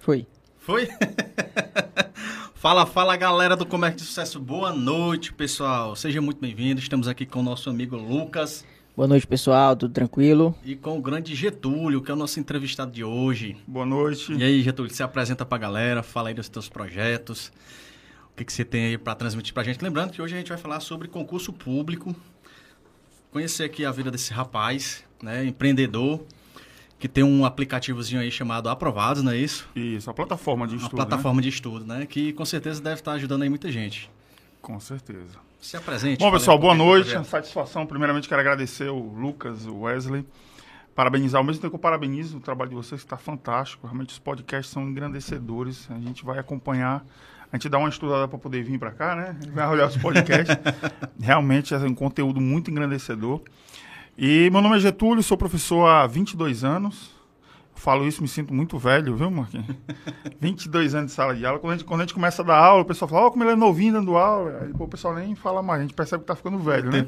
Foi. Foi? Fala, galera do Comércio de Sucesso. Boa noite, pessoal. Seja muito bem-vindo. Estamos aqui com o nosso amigo Lucas. Boa noite, pessoal. Tudo tranquilo? E com o grande Getúlio, que é o nosso entrevistado de hoje. Boa noite. E aí, Getúlio, se apresenta pra galera, fala aí dos teus projetos. O que você tem aí para transmitir pra gente? Lembrando que hoje a gente vai falar sobre concurso público. Conhecer aqui a vida desse rapaz, né, empreendedor, que tem um aplicativozinho aí chamado Aprovados, não é isso? Isso, a plataforma de estudo. Uma plataforma de estudo, né? Que com certeza deve estar ajudando aí muita gente. Com certeza. Se apresente. Bom, pessoal, boa noite. Satisfação. Primeiramente, quero agradecer o Lucas, o Wesley. Parabenizar, ao mesmo tempo que eu parabenizo o trabalho de vocês, que está fantástico. Realmente, os podcasts são engrandecedores. A gente vai acompanhar. A gente dá uma estudada para poder vir para cá, né? Vai olhar os podcasts. Realmente, é um conteúdo muito engrandecedor. E meu nome é Getúlio, sou professor há 22 anos. Falo isso, me sinto muito velho, viu, Marquinhos? 22 anos de sala de aula. Quando a gente começa a dar aula, o pessoal fala, como ele é novinho dando aula. Aí, o pessoal nem fala mais, a gente percebe que está ficando velho, né?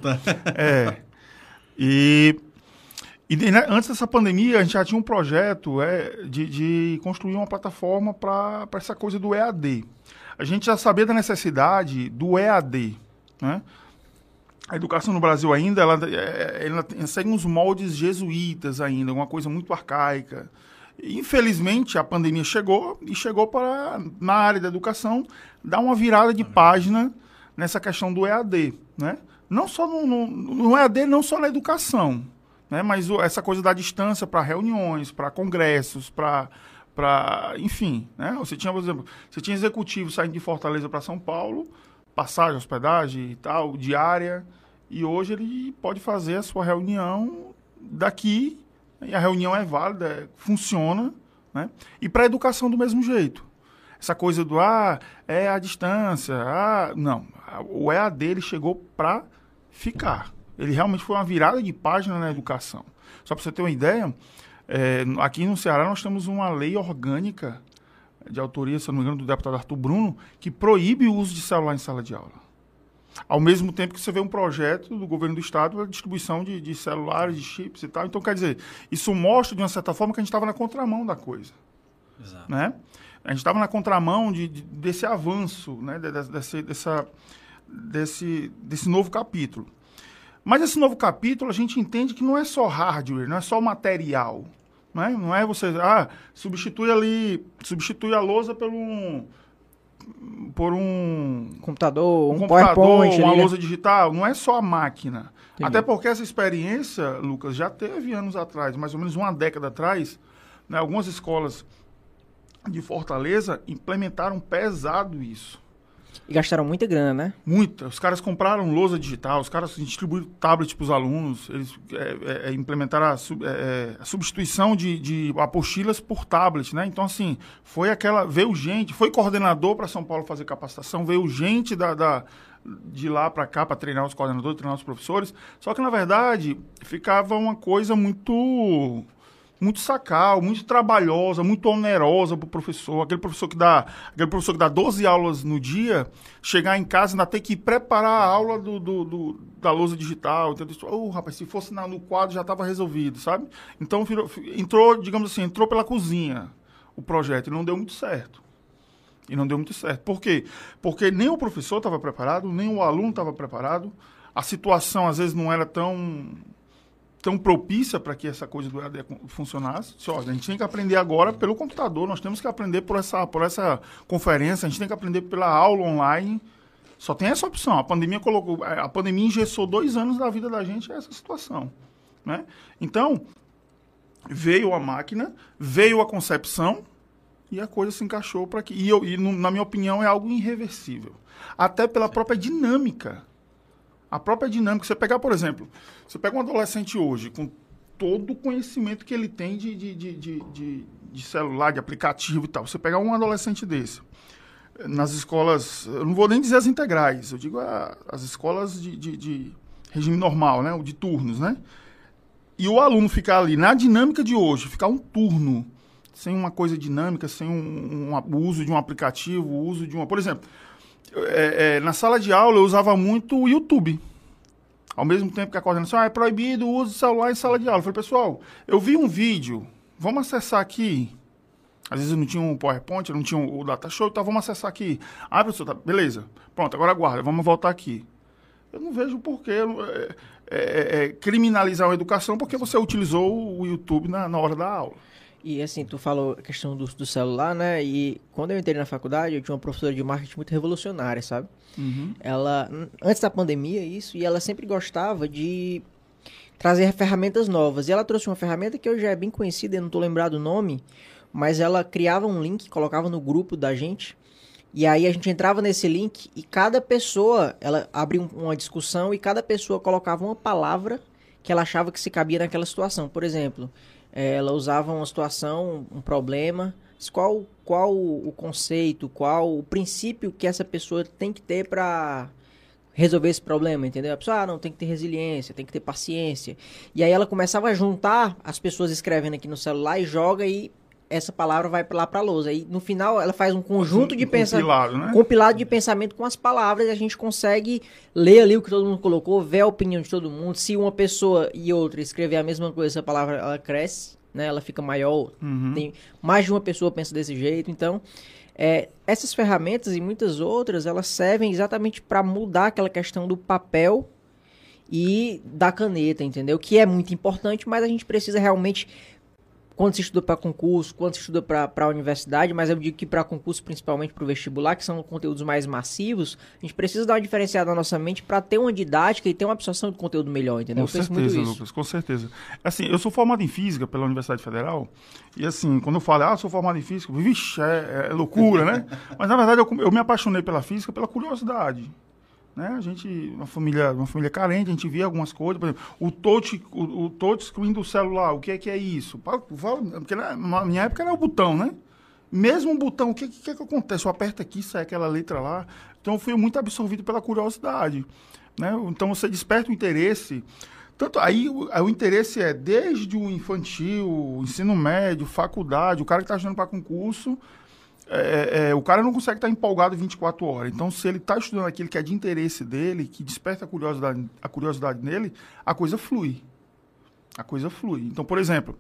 E antes dessa pandemia, a gente já tinha um projeto de construir uma plataforma para essa coisa do EAD. A gente já sabia da necessidade do EAD, né? A educação no Brasil ainda, ela segue uns moldes jesuítas ainda, uma coisa muito arcaica. Infelizmente, a pandemia chegou para, na área da educação, dar uma virada de página nessa questão do EAD, né? Não só no EAD, não só na educação, né? Mas essa coisa da distância para reuniões, para congressos, enfim, né? Você tinha, por exemplo, executivo saindo de Fortaleza para São Paulo, passagem, hospedagem e tal, diária, e hoje ele pode fazer a sua reunião daqui, e a reunião é válida, funciona, né? E para a educação do mesmo jeito. Essa coisa do, é a distância, não, o EAD ele chegou para ficar. Ele realmente foi uma virada de página na educação. Só para você ter uma ideia, aqui no Ceará nós temos uma lei orgânica de autoria, se não me engano, do deputado Arthur Bruno, que proíbe o uso de celular em sala de aula. Ao mesmo tempo que você vê um projeto do governo do estado para distribuição de celulares, de chips e tal. Então, quer dizer, isso mostra, de uma certa forma, que a gente estava na contramão da coisa. Exato. Né? A gente estava na contramão desse avanço, né? desse novo capítulo. Mas esse novo capítulo, a gente entende que não é só hardware, não é só material. Não é você, substitui a lousa por um computador, um PowerPoint, uma ali, lousa digital. Não é só a máquina. Entendi. Até porque essa experiência, Lucas, já teve anos atrás, mais ou menos uma década atrás, né, algumas escolas de Fortaleza implementaram pesado isso. E gastaram muita grana, né? Muita. Os caras compraram lousa digital, os caras distribuíram tablet para os alunos, eles implementaram a substituição de apostilas por tablet, né? Então, assim, veio gente, foi coordenador para São Paulo fazer capacitação, veio gente de lá para cá para treinar os coordenadores, treinar os professores, só que, na verdade, ficava uma coisa muito sacal, muito trabalhosa, muito onerosa para o professor. Aquele professor que dá 12 aulas no dia, chegar em casa e ainda ter que preparar a aula da lousa digital. Então, rapaz, se fosse no quadro já estava resolvido, sabe? Então, entrou pela cozinha o projeto e não deu muito certo. Por quê? Porque nem o professor estava preparado, nem o aluno estava preparado. A situação, às vezes, não era tão propícia para que essa coisa do EAD funcionasse. A gente tem que aprender agora pelo computador, nós temos que aprender por essa conferência, a gente tem que aprender pela aula online. Só tem essa opção. A pandemia engessou 2 anos da vida da gente essa situação, né? Então, veio a máquina, veio a concepção e a coisa se encaixou para que... na minha opinião, é algo irreversível. Até pela própria dinâmica. A própria dinâmica, você pegar, por exemplo, você pega um adolescente hoje, com todo o conhecimento que ele tem de celular, de aplicativo e tal, você pegar um adolescente desse, nas escolas, eu não vou nem dizer as integrais, eu digo as escolas de regime normal, né, de turnos, né, e o aluno ficar ali, na dinâmica de hoje, ficar um turno, sem uma coisa dinâmica, sem o uso de um aplicativo, o uso de uma... Por exemplo, na sala de aula eu usava muito o YouTube. Ao mesmo tempo que a coordenação, é proibido o uso de celular em sala de aula. Eu falei, pessoal, eu vi um vídeo, vamos acessar aqui. Às vezes não tinha um PowerPoint, não tinha o Data Show, então vamos acessar aqui. Ah, professor, tá, beleza. Pronto, agora aguarda, vamos voltar aqui. Eu não vejo porquê criminalizar a educação porque você utilizou o YouTube na hora da aula. E assim, tu falou a questão do celular, né? E quando eu entrei na faculdade, eu tinha uma professora de marketing muito revolucionária, sabe? Ela, antes da pandemia, isso, e ela sempre gostava de trazer ferramentas novas. E ela trouxe uma ferramenta que hoje já é bem conhecida, eu não tô lembrado o nome, mas ela criava um link, colocava no grupo da gente, e aí a gente entrava nesse link e cada pessoa, ela abria uma discussão e cada pessoa colocava uma palavra que ela achava que se cabia naquela situação. Por exemplo, ela usava uma situação, um problema, qual o conceito, qual o princípio que essa pessoa tem que ter para resolver esse problema, entendeu? A pessoa, não, tem que ter resiliência, tem que ter paciência. E aí ela começava a juntar as pessoas escrevendo aqui no celular e joga e essa palavra vai lá para a lousa. Aí no final ela faz um conjunto de pensamento, né? compilado de pensamento com as palavras e a gente consegue ler ali o que todo mundo colocou, ver a opinião de todo mundo. Se uma pessoa e outra escrever a mesma coisa, essa palavra ela cresce, né? Ela fica maior. Tem mais de uma pessoa pensa desse jeito. Então, essas ferramentas e muitas outras, elas servem exatamente para mudar aquela questão do papel e da caneta, entendeu? Que é muito importante, mas a gente precisa realmente, quando se estuda para concurso, quando se estuda para a universidade, mas eu digo que para concurso, principalmente para o vestibular, que são conteúdos mais massivos, a gente precisa dar uma diferenciada na nossa mente para ter uma didática e ter uma absorção de conteúdo melhor, entendeu? Com certeza, Lucas, com certeza. Assim, eu sou formado em Física pela Universidade Federal, e assim, quando eu falo, sou formado em Física, vixe, é loucura, né? Mas na verdade eu me apaixonei pela Física pela curiosidade. Né? A gente, uma família carente, a gente via algumas coisas, por exemplo, o touchscreen do celular, o que é isso? Porque na minha época era o botão, né? Mesmo o botão, o que acontece? Eu aperto aqui, sai aquela letra lá. Então eu fui muito absorvido pela curiosidade. Né? Então você desperta o interesse. Tanto aí o interesse é desde o infantil, ensino médio, faculdade, o cara que está estudando para concurso. O cara não consegue estar empolgado 24 horas. Então, se ele está estudando aquilo que é de interesse dele, que desperta a curiosidade nele, a coisa flui. Então, por exemplo,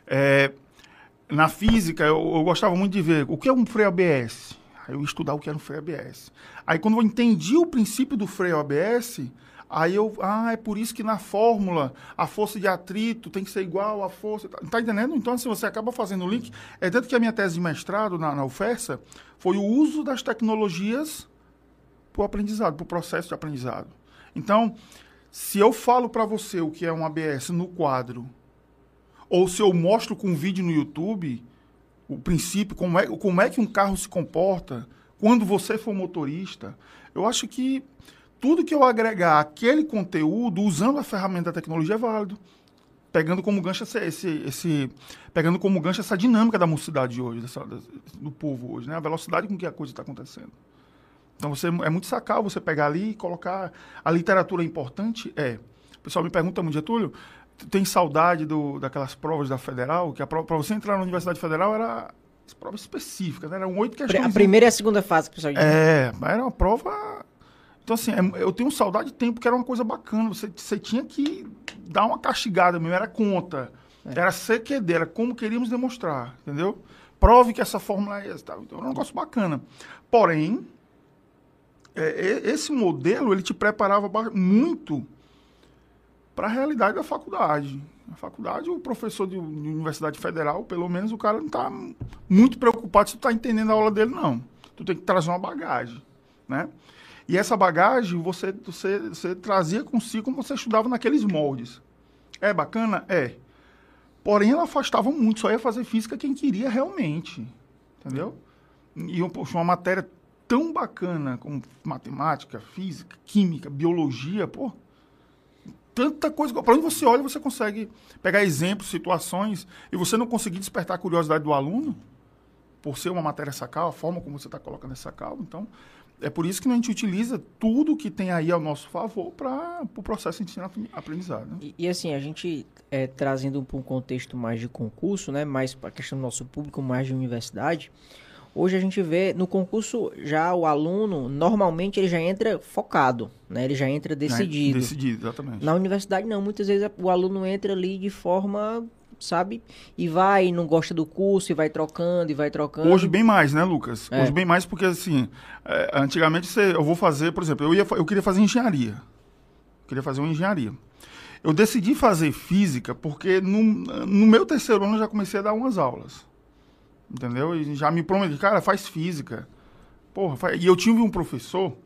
na física, eu gostava muito de ver o que é um freio ABS. Aí eu ia estudar o que era um freio ABS. Aí, quando eu entendi o princípio do freio ABS, aí é por isso que na fórmula a força de atrito tem que ser igual à força. Tá entendendo? Então, assim, você acaba fazendo o link. Tanto que a minha tese de mestrado na UFERSA foi o uso das tecnologias para o aprendizado, para o processo de aprendizado. Então, se eu falo para você o que é um ABS no quadro, ou se eu mostro com um vídeo no YouTube, o princípio, como é que um carro se comporta quando você for motorista, eu acho que tudo que eu agregar aquele conteúdo, usando a ferramenta da tecnologia, é válido. Pegando como gancho essa dinâmica da mocidade de hoje, do povo hoje, né? A velocidade com que a coisa está acontecendo. Então, é muito sacal você pegar ali e colocar... A literatura é importante? O pessoal me pergunta muito, Getúlio, tem saudade daquelas provas da Federal? Que para você entrar na Universidade Federal era as provas específicas, né? Eram 8 questões. A primeira e a segunda fase, que o pessoal diz. Era uma prova... Então, assim, eu tenho saudade de tempo, que era uma coisa bacana. Você tinha que dar uma castigada mesmo, era conta. Era CQD, era como queríamos demonstrar, entendeu? Prove que essa fórmula é essa. Tá? Então, era um negócio bacana. Porém, esse modelo, ele te preparava muito para a realidade da faculdade. Na faculdade, o professor de Universidade Federal, pelo menos, o cara não está muito preocupado se tu está entendendo a aula dele, não. Tu tem que trazer uma bagagem, né? E essa bagagem você trazia consigo quando você estudava naqueles moldes. É bacana? Porém, ela afastava muito. Só ia fazer física quem queria realmente. Entendeu? E uma matéria tão bacana como matemática, física, química, biologia, tanta coisa. Para onde você olha, você consegue pegar exemplos, situações, e você não conseguir despertar a curiosidade do aluno, por ser uma matéria sacal, a forma como você está colocando essa sacal. Então, é por isso que a gente utiliza tudo que tem aí ao nosso favor para o processo de ensino-aprendizado. Né? E assim, a gente trazendo para um contexto mais de concurso, né, mais para a questão do nosso público, mais de universidade, hoje a gente vê no concurso já o aluno, normalmente ele já entra focado, né, ele já entra decidido. Decidido, exatamente. Na universidade não, muitas vezes o aluno entra ali de forma sabe? E vai, e não gosta do curso, e vai trocando, e vai trocando. Hoje bem mais, né, Lucas? Hoje bem mais porque, assim, antigamente eu vou fazer, por exemplo, eu queria fazer engenharia. Eu queria fazer uma engenharia. Eu decidi fazer física porque no meu terceiro ano eu já comecei a dar umas aulas. Entendeu? E já me prometi, cara, faz física. Porra, E eu tive um professor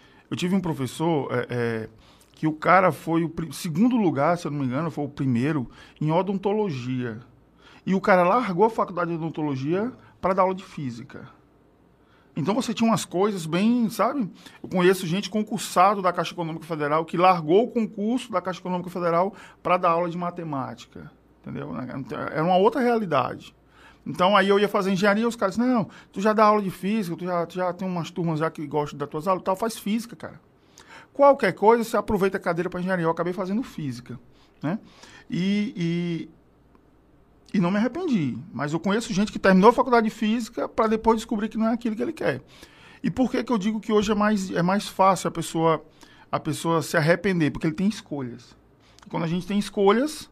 que o cara foi o segundo lugar, se eu não me engano, foi o primeiro em odontologia. E o cara largou a faculdade de odontologia para dar aula de física. Então você tinha umas coisas bem, sabe? Eu conheço gente concursado da Caixa Econômica Federal que largou o concurso da Caixa Econômica Federal para dar aula de matemática. Entendeu? Era uma outra realidade. Então, aí eu ia fazer engenharia e os caras disseram, não, tu já dá aula de física, tu já tem umas turmas já que gostam das tuas aulas, tal, faz física, cara. Qualquer coisa, você aproveita a cadeira para engenharia. Eu acabei fazendo física, né? E não me arrependi. Mas eu conheço gente que terminou a faculdade de física para depois descobrir que não é aquilo que ele quer. E por que eu digo que hoje é mais fácil a pessoa se arrepender? Porque ele tem escolhas. Quando a gente tem escolhas,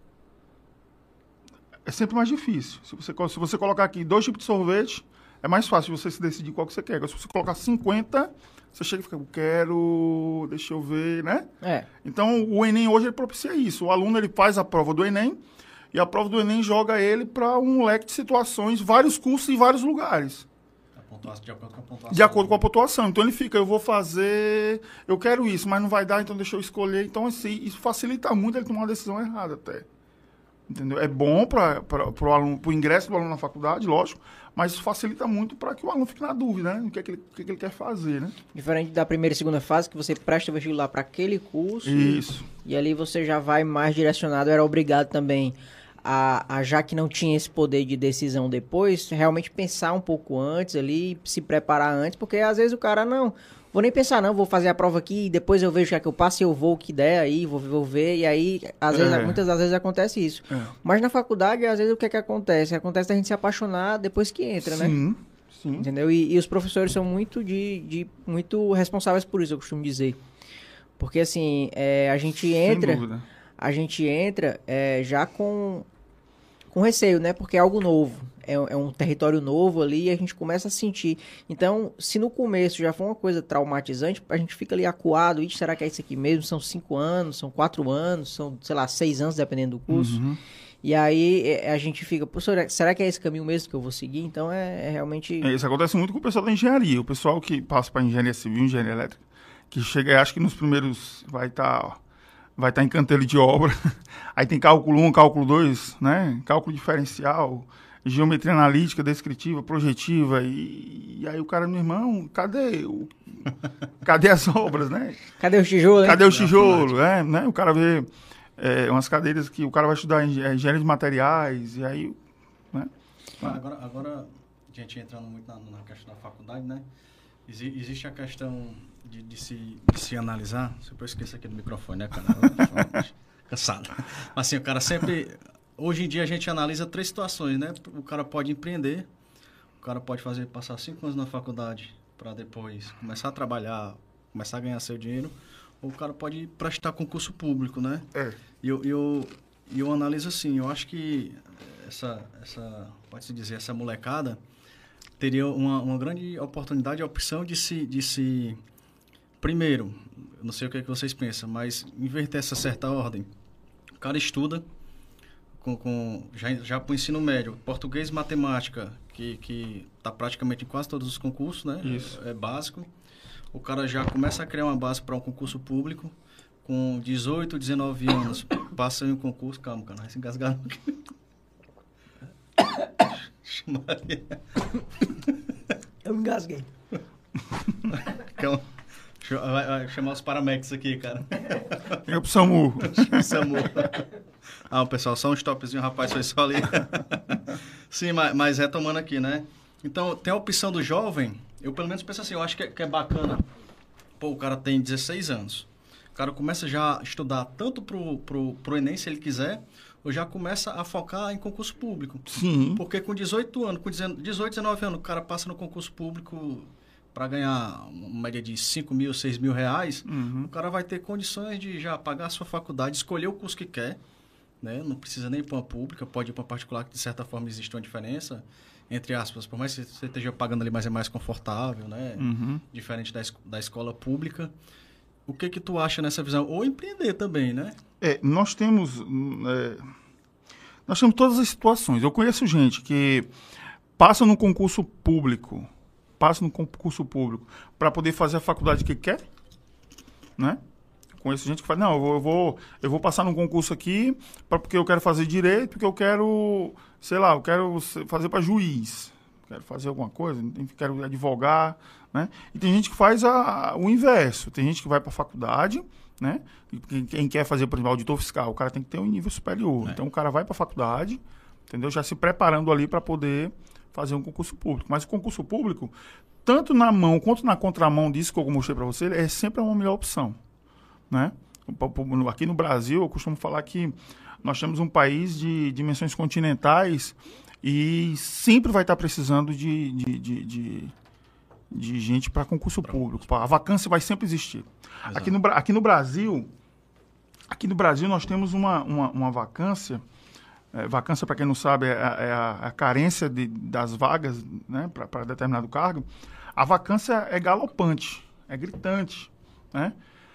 é sempre mais difícil. Se você colocar aqui 2 tipos de sorvete, é mais fácil você se decidir qual que você quer. Agora, se você colocar 50, você chega e fica, eu quero, deixa eu ver, né? Então, o Enem hoje ele propicia isso. O aluno ele faz a prova do Enem e a prova do Enem joga ele para um leque de situações, vários cursos em vários lugares. De acordo com a pontuação. De acordo com a pontuação. Então, ele fica, eu quero isso, mas não vai dar, então deixa eu escolher. Então, assim, isso facilita muito ele tomar uma decisão errada até. Entendeu? É bom para o ingresso do aluno na faculdade, lógico, mas isso facilita muito para que o aluno fique na dúvida, né? O que ele quer fazer, né? Diferente da primeira e segunda fase, que você presta vestibular para aquele curso. Isso. E ali você já vai mais direcionado, era obrigado também já que não tinha esse poder de decisão depois, realmente pensar um pouco antes ali, se preparar antes, porque às vezes o cara não... Vou nem pensar, não, vou fazer a prova aqui e depois eu vejo o que eu passo e eu vou o que der aí, vou ver, e aí, muitas das vezes acontece isso. Mas na faculdade, às vezes, o que acontece? Acontece a gente se apaixonar depois que entra, né? Sim. Entendeu? E os professores são muito muito responsáveis por isso, eu costumo dizer. Porque, assim, a gente entra já com receio, né? Porque é algo novo. É um território novo ali e a gente começa a sentir. Então, se no começo já foi uma coisa traumatizante, a gente fica ali acuado. Será que é isso aqui mesmo? São 5 anos, são 4 anos, são, sei lá, 6 anos, dependendo do curso. Uhum. E aí a gente fica, professor, será que é esse caminho mesmo que eu vou seguir? Então, realmente... Isso acontece muito com o pessoal da engenharia. O pessoal que passa para engenharia civil, engenharia elétrica, que chega, acho que nos primeiros vai estar em canteiro de obra. Aí tem cálculo 1, cálculo 2, né? Cálculo diferencial, geometria analítica, descritiva, projetiva. E aí o cara, meu irmão, cadê as obras, né? Cadê os tijolos? Cadê o tijolo? Né? O cara vê umas cadeiras que o cara vai estudar engenharia de materiais, e aí... Né? Agora, a gente entrando muito na questão da faculdade, né? Existe a questão de se analisar. Sempre eu esqueço aqui do microfone, né, cara? Cansado. Mas assim, o cara sempre... Hoje em dia a gente analisa 3 situações, né? O cara pode empreender, o cara pode passar 5 anos na faculdade para depois começar a trabalhar, começar a ganhar seu dinheiro, ou o cara pode prestar concurso público, né? E eu analiso assim, eu acho que pode-se dizer, essa molecada teria uma grande oportunidade, a opção de se... Primeiro, não sei o que vocês pensam, mas inverter essa certa ordem. O cara estuda já para o ensino médio, português e matemática, que está praticamente em quase todos os concursos, né? Isso. É básico. O cara já começa a criar uma base para um concurso público, com 18, 19 anos, passa em um concurso... Calma, cara, vai se engasgar. Eu me engasguei. Vai chamar os paramédicos aqui, cara. É pro SAMU. O pessoal, só um stopzinho, rapaz, foi só ali. Sim, mas retomando aqui, né? Então, tem a opção do jovem, eu pelo menos penso assim, eu acho que é bacana. Pô, o cara tem 16 anos. O cara começa já a estudar tanto pro Enem, se ele quiser, ou já começa a focar em concurso público. Sim. Porque com 18 anos, com 18, 19 anos, o cara passa no concurso público... para ganhar uma média de 5 mil, 6 mil reais, o cara vai ter condições de já pagar a sua faculdade, escolher o curso que quer, né? Não precisa nem ir para uma pública, pode ir para uma particular, que de certa forma existe uma diferença, entre aspas, por mais que você esteja pagando ali, mas é mais confortável, né? Diferente da escola pública. O que tu acha nessa visão? Ou empreender também, né? Nós temos todas as situações. Eu conheço gente que passa no concurso público para poder fazer a faculdade que quer, né? Conheço gente que fala, não, eu vou passar num concurso aqui porque eu quero fazer direito, porque eu quero, sei lá, eu quero fazer para juiz, quero fazer alguma coisa, quero advogar, né? E tem gente que faz o inverso, tem gente que vai para a faculdade, né? E quem quer fazer, por exemplo, auditor fiscal, o cara tem que ter um nível superior. Então o cara vai para a faculdade, entendeu? Já se preparando ali para poder fazer um concurso público. Mas o concurso público, tanto na mão quanto na contramão disso que eu mostrei para você, é sempre uma melhor opção, né? Aqui no Brasil, eu costumo falar que nós temos um país de dimensões continentais e sempre vai estar precisando de gente para concurso público. A vacância vai sempre existir. Aqui no Brasil nós temos uma vacância. Vacância, para quem não sabe, é a carência das vagas, né, para determinado cargo. A vacância é galopante, é gritante, né?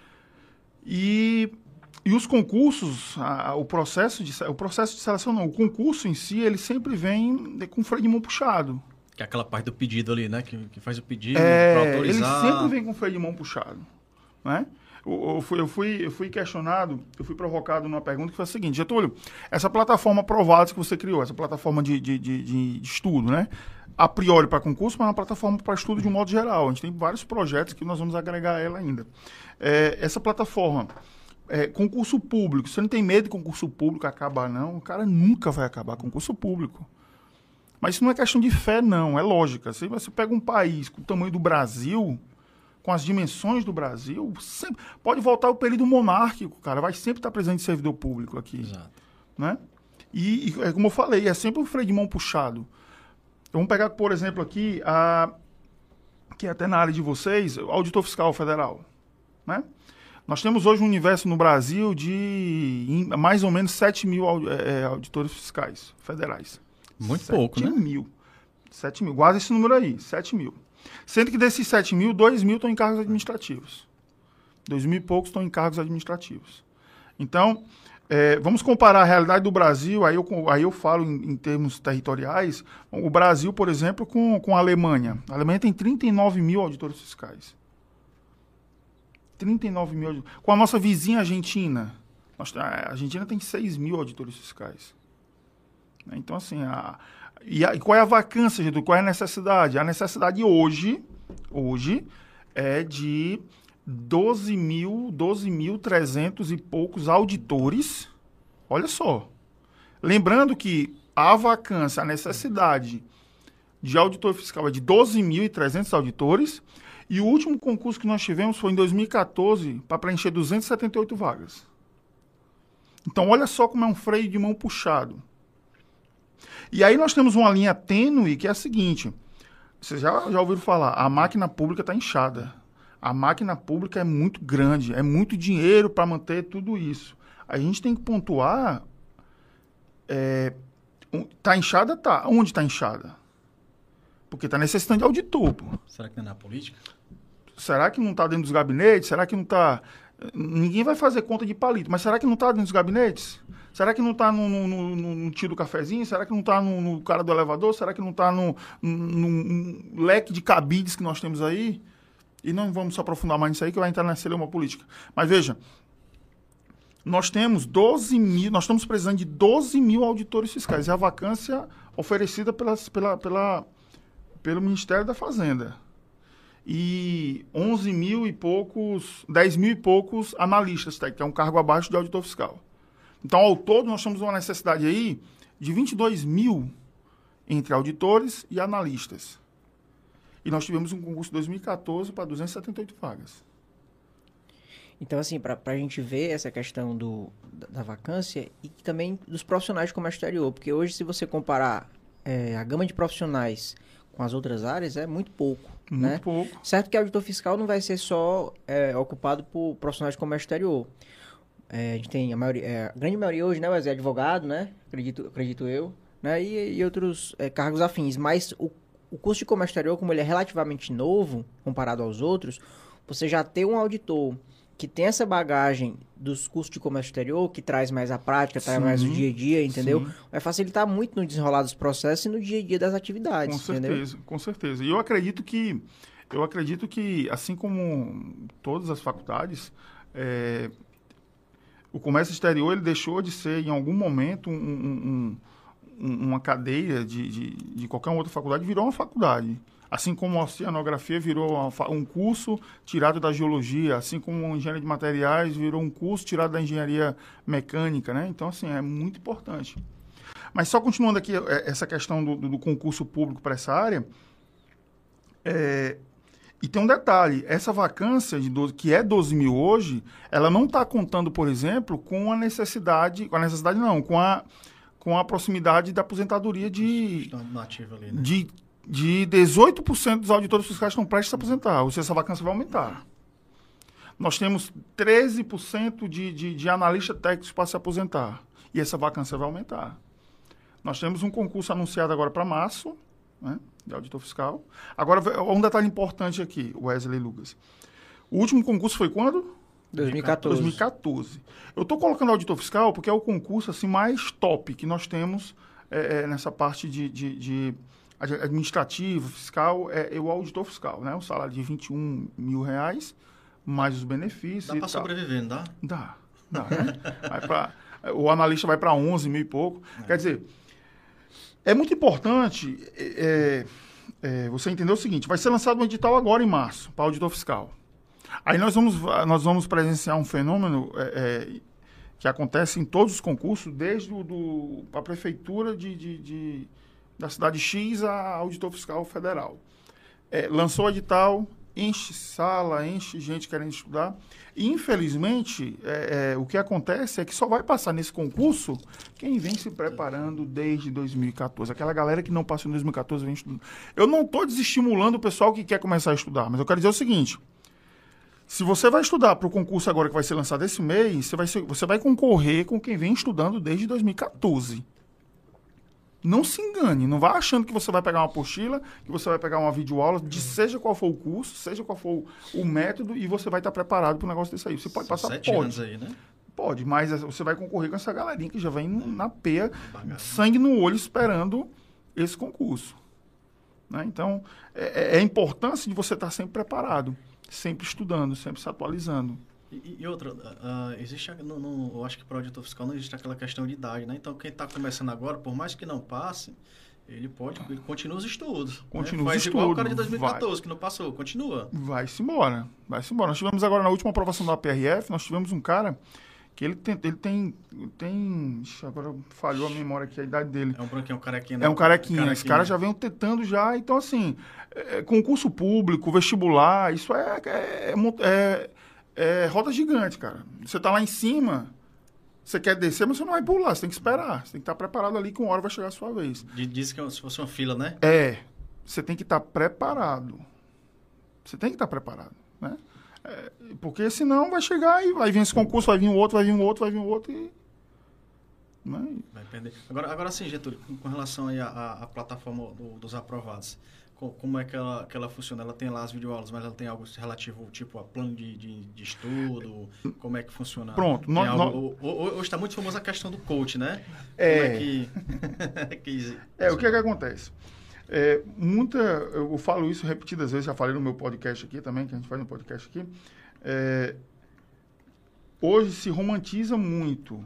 E os concursos, o processo de seleção não, o concurso em si, ele sempre vem com freio de mão puxado. Que é aquela parte do pedido ali, né? Que faz o pedido para autorizar. Ele sempre vem com freio de mão puxado, né? Eu fui questionado, eu fui provocado numa pergunta que foi a seguinte: Getúlio, essa plataforma Provados que você criou, essa plataforma de estudo, né? A priori para concurso, mas uma plataforma para estudo de um modo geral. A gente tem vários projetos que nós vamos agregar a ela ainda. Essa plataforma, concurso público, você não tem medo de concurso público acabar, não? O cara nunca vai acabar concurso público. Mas isso não é questão de fé, não, é lógica. Se você pega um país com o tamanho do Brasil, com as dimensões do Brasil, sempre, pode voltar ao período monárquico, cara, vai sempre estar presente servidor público aqui. Exato. Né? E como eu falei, é sempre um freio de mão puxado. Vamos pegar, por exemplo, aqui, que é até na área de vocês, o auditor fiscal federal. Né? Nós temos hoje um universo no Brasil de mais ou menos 7 mil auditores fiscais federais. Muito pouco, né? 7 mil, quase esse número aí, 7 mil. Sendo que desses 7 mil, 2 mil estão em cargos administrativos. 2 mil e poucos estão em cargos administrativos. Então, vamos comparar a realidade do Brasil, aí eu falo em termos territoriais, o Brasil, por exemplo, com a Alemanha. A Alemanha tem 39 mil auditores fiscais. 39 mil. Com a nossa vizinha Argentina, a Argentina tem 6 mil auditores fiscais. Então, assim, qual é a vacância, Getúlio? Qual é a necessidade? A necessidade hoje é de 12.300 e poucos auditores. Olha só. Lembrando que a vacância, a necessidade de auditor fiscal é de 12.300 auditores. E o último concurso que nós tivemos foi em 2014 para preencher 278 vagas. Então, olha só como é um freio de mão puxado. E aí nós temos uma linha tênue que é a seguinte: vocês já ouviram falar, a máquina pública está inchada. A máquina pública é muito grande, é muito dinheiro para manter tudo isso. A gente tem que pontuar, está inchada? Tá. Onde está inchada? Porque está necessitando de auditor. Pô. Será que não é na política? Será que não está dentro dos gabinetes? Será que não está... Ninguém vai fazer conta de palito, mas será que não está dentro dos gabinetes? Será que não está no tio do cafezinho? Será que não está no cara do elevador? Será que não está no leque de cabides que nós temos aí? E não vamos se aprofundar mais nisso aí, que vai entrar na celeuma política. Mas veja, nós temos 12 mil, nós estamos precisando de 12 mil auditores fiscais. É a vacância oferecida pelo Ministério da Fazenda. E 11 mil e poucos, 10 mil e poucos analistas, que é um cargo abaixo de auditor fiscal. Então, ao todo, nós temos uma necessidade aí de 22 mil entre auditores e analistas. E nós tivemos um concurso em 2014 para 278 vagas. Então, assim, para a gente ver essa questão da vacância e também dos profissionais de comércio exterior, porque hoje, se você comparar a gama de profissionais com as outras áreas, é muito pouco. Muito pouco. Certo que o auditor fiscal não vai ser só ocupado por profissionais de comércio exterior. a gente tem a grande maioria hoje, né, Wesley, é advogado, né? Acredito eu, né? E outros cargos afins. Mas o curso de comércio exterior, como ele é relativamente novo, comparado aos outros, você já ter um auditor que tem essa bagagem dos cursos de comércio exterior, que traz mais a prática, traz mais o dia a dia, entendeu? Sim. Vai facilitar muito no desenrolar dos processos e no dia a dia das atividades. Com certeza, com certeza. E eu acredito que, assim como todas as faculdades, o comércio exterior ele deixou de ser, em algum momento, uma cadeia de qualquer outra faculdade, virou uma faculdade. Assim como a oceanografia virou um curso tirado da geologia, assim como a engenharia de materiais virou um curso tirado da engenharia mecânica, né? Então, assim, é muito importante. Mas só continuando aqui essa questão do concurso público para essa área, e tem um detalhe, essa vacância que é 12 mil hoje, ela não está contando, por exemplo, com a proximidade da aposentadoria nativo ali, né? De 18% dos auditores fiscais estão prestes a se aposentar, ou seja, essa vacância vai aumentar. Nós temos 13% de analistas técnicos para se aposentar, e essa vacância vai aumentar. Nós temos um concurso anunciado agora para março, né, de auditor fiscal. Agora, um detalhe importante aqui, Wesley e Lucas. O último concurso foi quando? 2014. Eu estou colocando auditor fiscal porque é o concurso assim, mais top que nós temos nessa parte de administrativo, fiscal, é o auditor fiscal, né? Um salário de R$21 mil, mais os benefícios. Dá para sobreviver, não dá? Dá, né? O analista vai para 11 mil e pouco. Quer dizer, é muito importante você entender o seguinte, vai ser lançado um edital agora em março, para auditor fiscal. Aí nós vamos presenciar um fenômeno que acontece em todos os concursos, desde a prefeitura da cidade X a auditor fiscal federal. Lançou o edital, enche sala, enche gente querendo estudar. E, infelizmente, o que acontece é que só vai passar nesse concurso quem vem se preparando desde 2014. Aquela galera que não passou em 2014 vem estudando. Eu não estou desestimulando o pessoal que quer começar a estudar, mas eu quero dizer o seguinte. Se você vai estudar para o concurso agora que vai ser lançado esse mês, você vai concorrer com quem vem estudando desde 2014. Não se engane, não vá achando que você vai pegar uma apostila, que você vai pegar uma videoaula, seja qual for o curso, seja qual for o método, e você vai estar preparado para um negócio desse aí. Você pode passar, 7 anos aí, né? Pode, mas você vai concorrer com essa galerinha que já vem na peia, sangue no olho, esperando esse concurso. Né? Então, é a importância de você estar sempre preparado, sempre estudando, sempre se atualizando. E outra, existe, eu acho que para o auditor fiscal não existe aquela questão de idade, né? Então, quem está começando agora, por mais que não passe, ele continua os estudos. Continua né? os estudos. Faz igual o cara de 2014, que não passou, continua. Vai-se embora. Nós tivemos agora, na última aprovação da PRF, nós tivemos um cara que ele tem agora falhou a memória aqui, a idade dele. É um branquinho, um carequinha. Né? É um carequinha. Esse cara já vem tentando já, então assim, concurso público, vestibular, isso é roda gigante, cara. Você tá lá em cima, você quer descer, mas você não vai pular, você tem que esperar. Você tem que estar preparado ali que uma hora vai chegar a sua vez. Diz que se fosse uma fila, né? Você tem que estar preparado. Você tem que estar preparado, né? Porque senão vai chegar e vai vir esse concurso, vai vir um outro e... Né? Vai perder. Agora sim, Getúlio, com relação aí à plataforma dos aprovados. Como é que ela funciona? Ela tem lá as videoaulas, mas ela tem algo relativo, tipo, a plano de estudo? Como é que funciona? Pronto. Hoje está muito famosa a questão do coach, né? O que acontece? Eu falo isso repetidas vezes, já falei no meu podcast aqui também, que a gente faz no podcast aqui. Hoje se romantiza muito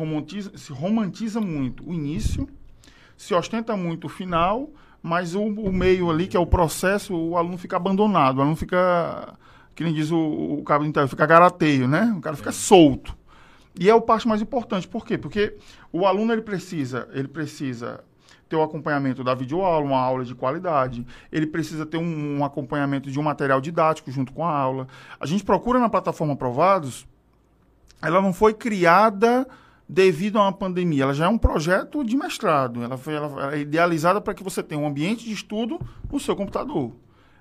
o início, se ostenta muito o final, mas o meio ali, que é o processo, o aluno fica abandonado, o aluno fica, que nem diz o cabo do interior, fica garateio, né? O cara fica solto. E é o parte mais importante. Por quê? Porque o aluno ele precisa ter o acompanhamento da videoaula, uma aula de qualidade, ele precisa ter um acompanhamento de um material didático junto com a aula. A gente procura na plataforma Aprovados, ela não foi criada devido a uma pandemia, ela já é um projeto de mestrado, ela é idealizada para que você tenha um ambiente de estudo no seu computador.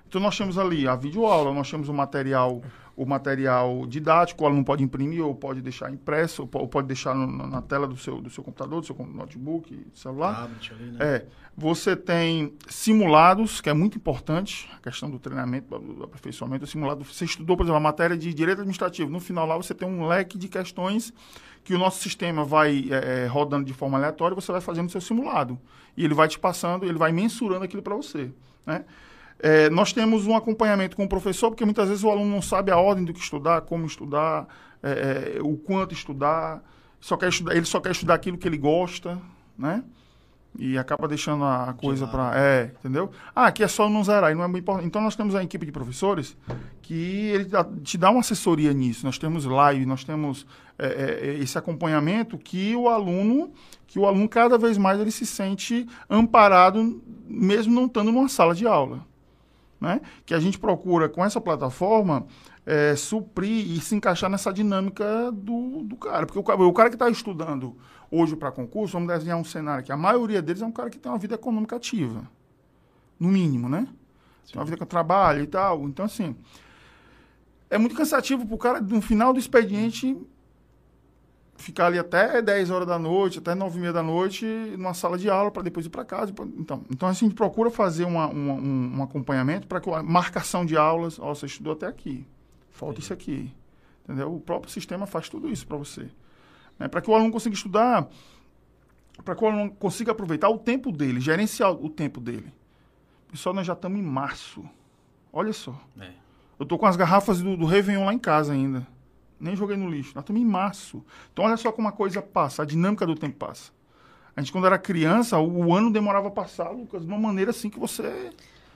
Então, nós temos ali a videoaula, nós temos o material didático, o aluno pode imprimir ou pode deixar impresso, ou pode deixar na tela do seu computador, do seu notebook, celular. Ali, né? Você tem simulados, que é muito importante, a questão do treinamento, do aperfeiçoamento, o simulado. Você estudou, por exemplo, a matéria de direito administrativo. No final lá você tem um leque de questões que o nosso sistema vai rodando de forma aleatória e você vai fazendo o seu simulado. E ele vai te passando, ele vai mensurando aquilo para você, né? Nós temos um acompanhamento com o professor, porque muitas vezes o aluno não sabe a ordem do que estudar, como estudar, o quanto estudar, ele só quer estudar aquilo que ele gosta, né? E acaba deixando a coisa para... entendeu? Aqui é só não zerar, e não é muito importante. Então, nós temos a equipe de professores que ele te dá uma assessoria nisso. Nós temos live, nós temos esse acompanhamento que o aluno cada vez mais ele se sente amparado, mesmo não estando numa sala de aula. Né? Que a gente procura, com essa plataforma, suprir e se encaixar nessa dinâmica do cara. Porque o cara que está estudando hoje para concurso, vamos desenhar um cenário aqui, a maioria deles é um cara que tem uma vida econômica ativa, no mínimo, né? Tem uma vida que trabalha e tal. Então, assim, é muito cansativo para o cara, no final do expediente, ficar ali até 10 horas da noite, até 9h30 da noite, numa sala de aula, para depois ir para casa. Então, assim, a gente procura fazer um acompanhamento para que a marcação de aulas, você estudou até aqui, falta isso aqui, entendeu? O próprio sistema faz tudo isso para você. Para que o aluno consiga estudar, para que o aluno consiga aproveitar o tempo dele, gerenciar o tempo dele. Pessoal, nós já estamos em março. Olha só. Eu estou com as garrafas do Réveillon lá em casa ainda. Nem joguei no lixo. Nós estamos em março. Então, olha só como a coisa passa, a dinâmica do tempo passa. A gente, quando era criança, o ano demorava a passar, Lucas, de uma maneira assim que você...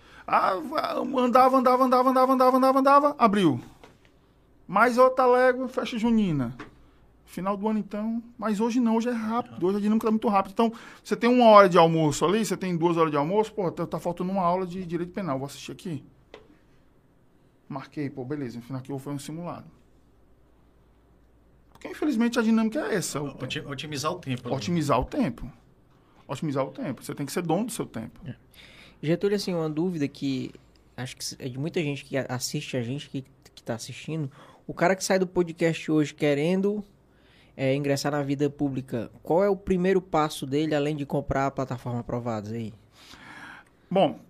andava, abriu. Mais outra légua, festa junina. Final do ano, então. Mas hoje não, hoje é rápido. Hoje a dinâmica está muito rápida. Então, você tem 1 hora de almoço ali, você tem 2 horas de almoço, tá faltando uma aula de direito penal. Vou assistir aqui. Marquei, beleza. No final aqui foi um simulado. Porque, infelizmente, a dinâmica é essa. Otimizar o tempo. Otimizar o tempo. Otimizar o tempo. Você tem que ser dono do seu tempo. Getúlio, assim, uma dúvida que acho que é de muita gente que assiste a gente, que está assistindo. O cara que sai do podcast hoje querendo ingressar na vida pública, qual é o primeiro passo dele, além de comprar a plataforma Aprovados aí? Bom,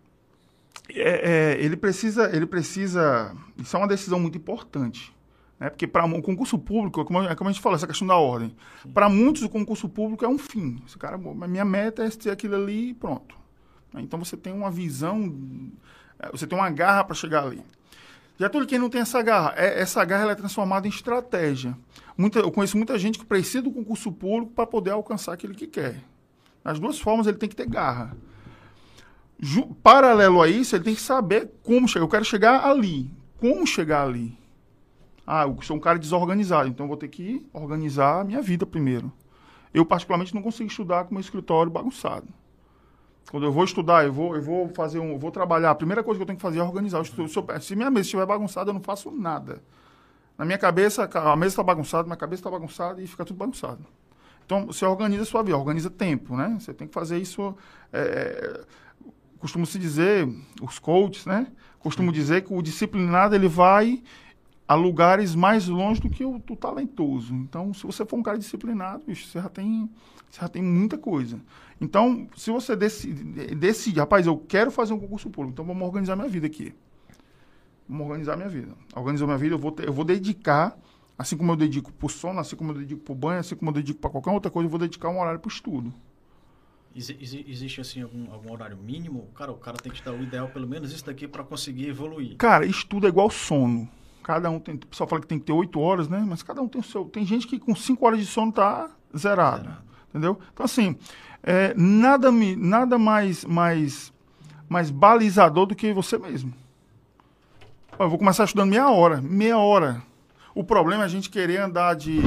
ele precisa... Isso é uma decisão muito importante. Né? Porque para o concurso público, como a gente falou, essa questão da ordem. Para muitos, o concurso público é um fim. Esse cara, minha meta é ter aquilo ali e pronto. Então, você tem uma visão, você tem uma garra para chegar ali. Já tudo quem não tem essa garra ela é transformada em estratégia. Eu conheço muita gente que precisa do concurso público para poder alcançar aquilo que quer. As duas formas, ele tem que ter garra. Paralelo a isso, ele tem que saber como chegar. Eu quero chegar ali. Como chegar ali? Eu sou um cara desorganizado, então eu vou ter que organizar a minha vida primeiro. Eu, particularmente, não consigo estudar com meu escritório bagunçado. Quando eu vou estudar, eu vou trabalhar, a primeira coisa que eu tenho que fazer é organizar o estudo. Se minha mesa estiver bagunçada, eu não faço nada. Na minha cabeça, a mesa está bagunçada, minha cabeça está bagunçada e fica tudo bagunçado. Então, você organiza a sua vida, organiza tempo, né? Você tem que fazer isso... Costumo-se dizer, os coaches, né? Costumo dizer que o disciplinado, ele vai a lugares mais longe do que o talentoso. Então, se você for um cara disciplinado, bicho, você já tem muita coisa. Então, se você decide, rapaz, eu quero fazer um concurso público, então vamos organizar minha vida aqui. Vamos organizar minha vida. Organizar minha vida, eu vou dedicar, assim como eu dedico para o sono, assim como eu dedico para o banho, assim como eu dedico para qualquer outra coisa, eu vou dedicar um horário para o estudo. Existe, assim, algum horário mínimo? Cara, o cara tem que dar o ideal, pelo menos isso daqui, para conseguir evoluir. Cara, estudo é igual sono. Cada um tem... O pessoal fala que tem que ter 8 horas, né? Mas cada um tem o seu... Tem gente que com 5 horas de sono tá zerado. Entendeu? Então, assim, nada mais balizador do que você mesmo. Eu vou começar estudando meia hora. O problema é a gente querer andar de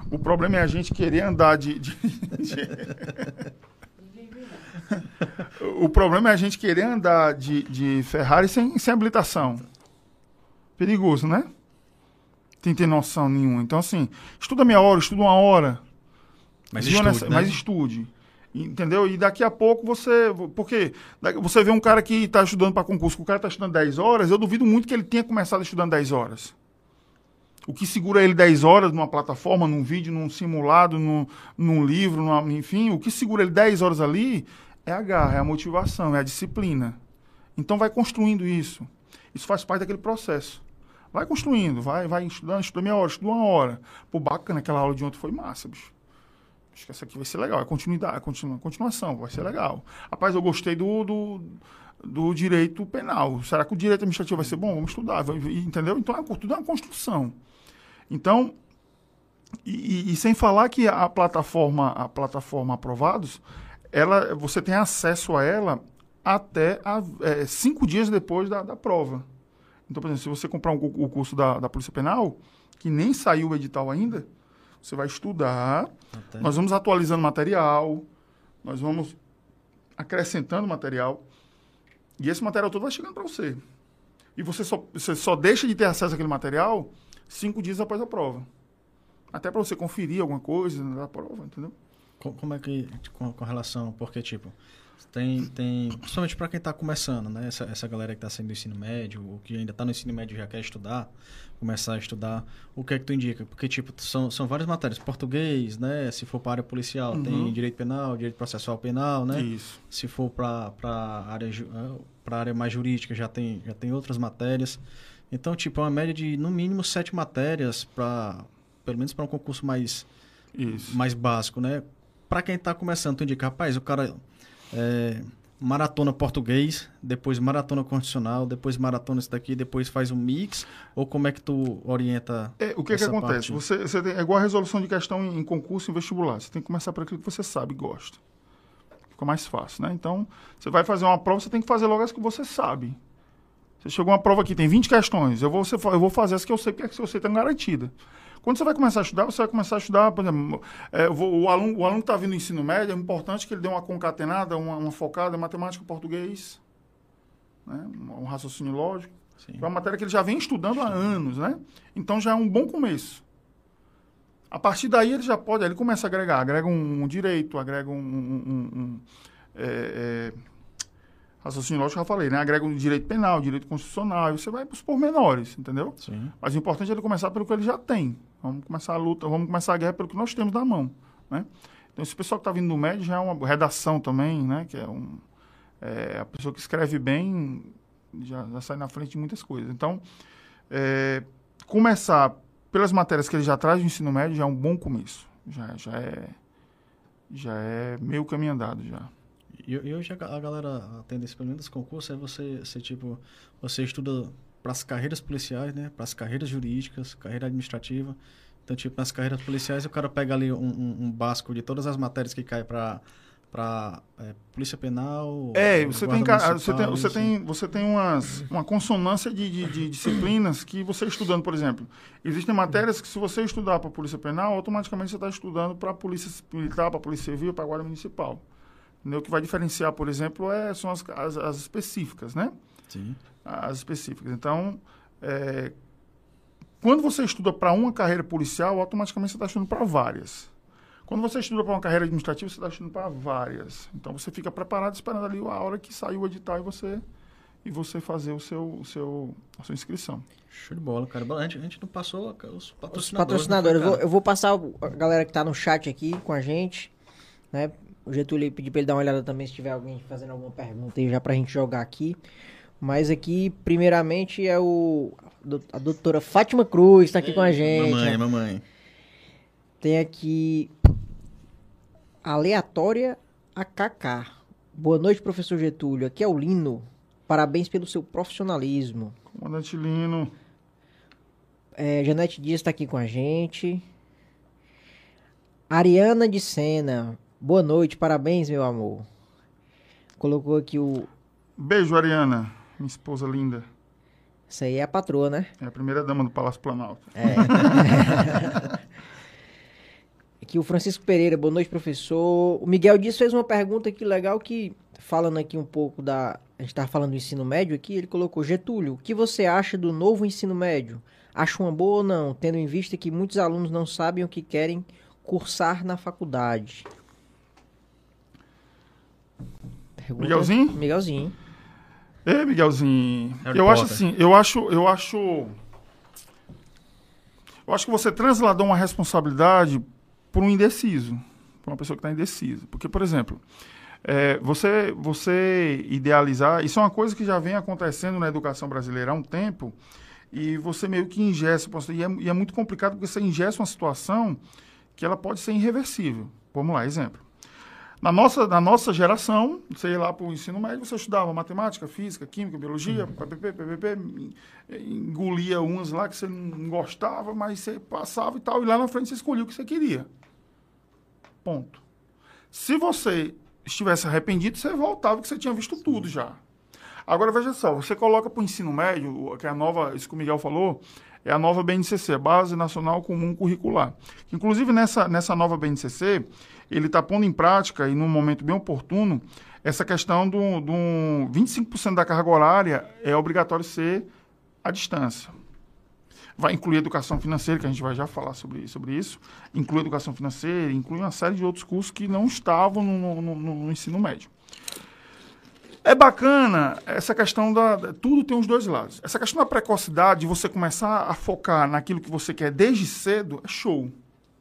O problema é a gente querer andar de Ferrari sem habilitação. Perigoso, né? Tem que ter noção nenhuma. Então, assim, estuda meia hora, estuda 1 hora. Mas estude, né? Mas estude. Entendeu? E daqui a pouco porque você vê um cara que está estudando para concurso, o cara está estudando 10 horas, eu duvido muito que ele tenha começado estudando 10 horas. O que segura ele 10 horas numa plataforma, num vídeo, num simulado, num livro, enfim, o que segura ele 10 horas ali é a garra, é a motivação, é a disciplina. Então vai construindo isso. Isso faz parte daquele processo. Vai construindo, vai estudando, estuda meia hora, estuda uma hora. Pô, bacana, aquela aula de ontem foi massa, bicho. Acho que essa aqui vai ser legal, é continuação, vai ser legal. Rapaz, eu gostei do direito penal. Será que o direito administrativo vai ser bom? Vamos estudar, entendeu? Então, tudo é uma construção. Então, e sem falar que a plataforma Aprovados, você tem acesso a ela até 5 dias depois da prova. Então, por exemplo, se você comprar o curso da Polícia Penal, que nem saiu o edital ainda, você vai estudar, nós vamos atualizando material, nós vamos acrescentando material, e esse material todo vai chegando para você. E você só deixa de ter acesso àquele material 5 dias após a prova. Até para você conferir alguma coisa da prova, entendeu? Como é que, com relação, porque, tipo, tem principalmente para quem está começando, né? Essa galera que está saindo do ensino médio, ou que ainda está no ensino médio e já quer estudar, começar a estudar, o que é que tu indica? Porque, tipo, são várias matérias. Português, né? Se for para a área policial, tem direito penal, direito processual penal, né? Isso. Se for para a área mais jurídica, já tem outras matérias. Então, tipo, é uma média de, no mínimo, 7 matérias, pelo menos para um concurso mais básico, né? Para quem está começando, tu indica, rapaz, o cara maratona português, depois maratona constitucional, depois maratona isso daqui, depois faz um mix, ou como é que tu orienta o que acontece? Você tem, é igual a resolução de questão em concurso e vestibular. Você tem que começar por aquilo que você sabe e gosta. Fica mais fácil, né? Então, você vai fazer uma prova, você tem que fazer logo as que você sabe. Você chegou uma prova aqui, tem 20 questões, eu vou fazer as que eu sei, porque as que eu sei estão garantidas. Quando você vai começar a estudar, você vai começar a estudar, por exemplo, o aluno que está vindo do ensino médio, é importante que ele dê uma concatenada, uma focada em matemática e português, né? Um raciocínio lógico. Sim. É uma matéria que ele já vem estudando há anos, né? Então já é um bom começo. A partir daí ele já pode, ele começa a agrega um direito, agrega raciocínio lógico que eu já falei, né? Agrega um direito penal, direito constitucional, e você vai para os pormenores, entendeu? Sim. Mas o importante é ele começar pelo que ele já tem. Vamos começar a luta, vamos começar a guerra pelo que nós temos na mão, né? Então, esse pessoal que está vindo do médio já é uma redação também, né? Que a pessoa que escreve bem já sai na frente de muitas coisas. Então, começar pelas matérias que ele já traz do ensino médio já é um bom começo. Já é meio caminho andado já. E hoje a galera, a tendência, pelo menos dos concursos, é você estuda para as carreiras policiais, né? Para as carreiras jurídicas, carreira administrativa. Então, tipo, nas carreiras policiais, o cara pega ali um básico de todas as matérias que caem para polícia penal. Você tem uma consonância de disciplinas que você estudando, por exemplo. Existem matérias que, se você estudar para a polícia penal, automaticamente você está estudando para a polícia militar, para a polícia civil, para a guarda municipal. O que vai diferenciar, por exemplo, são as específicas, né? Sim. As específicas. Então, quando você estuda para uma carreira policial, automaticamente você está estudando para várias. Quando você estuda para uma carreira administrativa, você está estudando para várias. Então, você fica preparado, esperando ali a hora que sair o edital e você fazer a sua inscrição. Show de bola, cara. A gente não passou os patrocinadores. Os patrocinadores. Eu vou passar a galera que está no chat aqui com a gente, né? O Getúlio pediu para ele dar uma olhada também se tiver alguém fazendo alguma pergunta aí já para a gente jogar aqui. Mas aqui, primeiramente, a doutora Fátima Cruz está aqui com a gente. Mamãe. Tem aqui Aleatória AKK. Boa noite, professor Getúlio. Aqui é o Lino. Parabéns pelo seu profissionalismo. Comandante Lino. Janete Dias está aqui com a gente. Ariana de Sena. Boa noite, parabéns, meu amor. Colocou aqui o... Beijo, Ariana, minha esposa linda. Essa aí é a patroa, né? É a primeira dama do Palácio Planalto. Aqui o Francisco Pereira, boa noite, professor. O Miguel Dias fez uma pergunta aqui legal que, falando aqui um pouco A gente estava falando do ensino médio aqui, ele colocou, Getúlio, o que você acha do novo ensino médio? Acha uma boa ou não, tendo em vista que muitos alunos não sabem o que querem cursar na faculdade? Pergunta, Miguelzinho? Miguelzinho. Ei, Miguelzinho. Harry Eu acho Potter. assim, eu acho que você transladou uma responsabilidade para um indeciso, para uma pessoa que está indecisa. Porque, por exemplo, você idealizar, isso é uma coisa que já vem acontecendo na educação brasileira há um tempo, e você meio que ingessa, e é muito complicado porque você ingessa uma situação que ela pode ser irreversível. Vamos lá, exemplo. Na nossa geração, você ia lá para o ensino médio, você estudava matemática, física, química, biologia, PPP, engolia umas lá que você não gostava, mas você passava e tal, e lá na frente você escolhia o que você queria. Ponto. Se você estivesse arrependido, você voltava, que você tinha visto tudo já. Agora, veja só, você coloca para o ensino médio, que é a nova, isso que o Miguel falou, é a nova BNCC, Base Nacional Comum Curricular. Inclusive, nessa nova BNCC, ele está pondo em prática, e num momento bem oportuno, essa questão do 25% da carga horária é obrigatório ser à distância. Vai incluir educação financeira, que a gente vai já falar sobre isso, inclui educação financeira, inclui uma série de outros cursos que não estavam no ensino médio. É bacana essa questão tudo tem os dois lados. Essa questão da precocidade, de você começar a focar naquilo que você quer desde cedo, é show.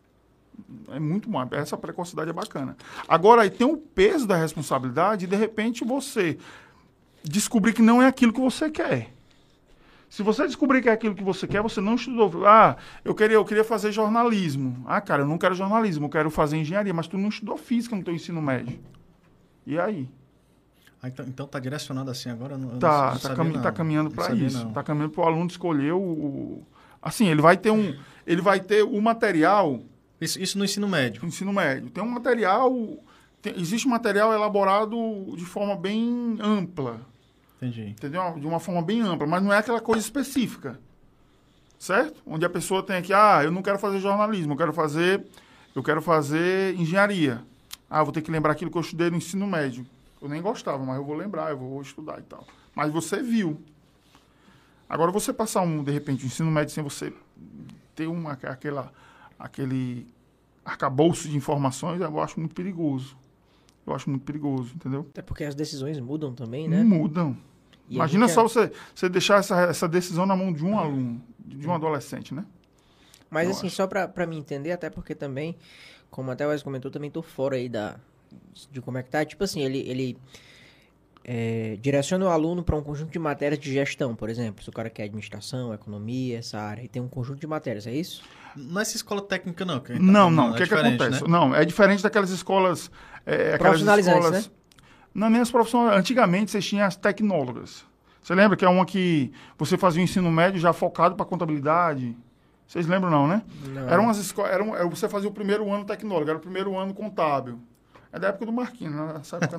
É muito bom. Essa precocidade é bacana. Agora, aí tem o peso da responsabilidade e, de repente, você descobrir que não é aquilo que você quer. Se você descobrir que é aquilo que você quer, você não estudou. Ah, eu queria fazer jornalismo. Ah, cara, eu não quero jornalismo, eu quero fazer engenharia, mas tu não estudou física no teu ensino médio. E aí? Então tá direcionado assim agora? Tá caminhando para isso. Está caminhando para o aluno escolher Assim, ele vai ter o material... Isso no ensino médio? No ensino médio. Tem um material... Existe um material elaborado de forma bem ampla. Entendi. Entendeu? De uma forma bem ampla, mas não é aquela coisa específica. Certo? Onde a pessoa tem aqui, eu não quero fazer jornalismo, eu quero fazer engenharia. Vou ter que lembrar aquilo que eu estudei no ensino médio. Eu nem gostava, mas eu vou lembrar, eu vou estudar e tal. Mas você viu. Agora, você passar, de repente, o ensino médio sem você ter aquele arcabouço de informações, eu acho muito perigoso. Entendeu? Até porque as decisões mudam também, né? Mudam. E imagina só você deixar essa decisão na mão de um aluno, de um adolescente, né? Mas eu assim, só pra me entender, até porque também, como até o Wes comentou, também tô fora aí de como é que tá. Tipo assim, ele direciona o aluno para um conjunto de matérias de gestão, por exemplo. Se o cara quer administração, economia, essa área, e tem um conjunto de matérias, é isso? Não é essa escola técnica, não. Não. O que acontece? Né? Não, é diferente daquelas escolas... profissionalizantes, né? Não, nem as profissionais. Antigamente, vocês tinham as tecnólogas. Você lembra que é uma que você fazia o ensino médio já focado para contabilidade? Vocês lembram, não, né? Não. Eram umas escolas... Você fazia o primeiro ano tecnólogo, era o primeiro ano contábil. É da época do Marquinhos, não nessa época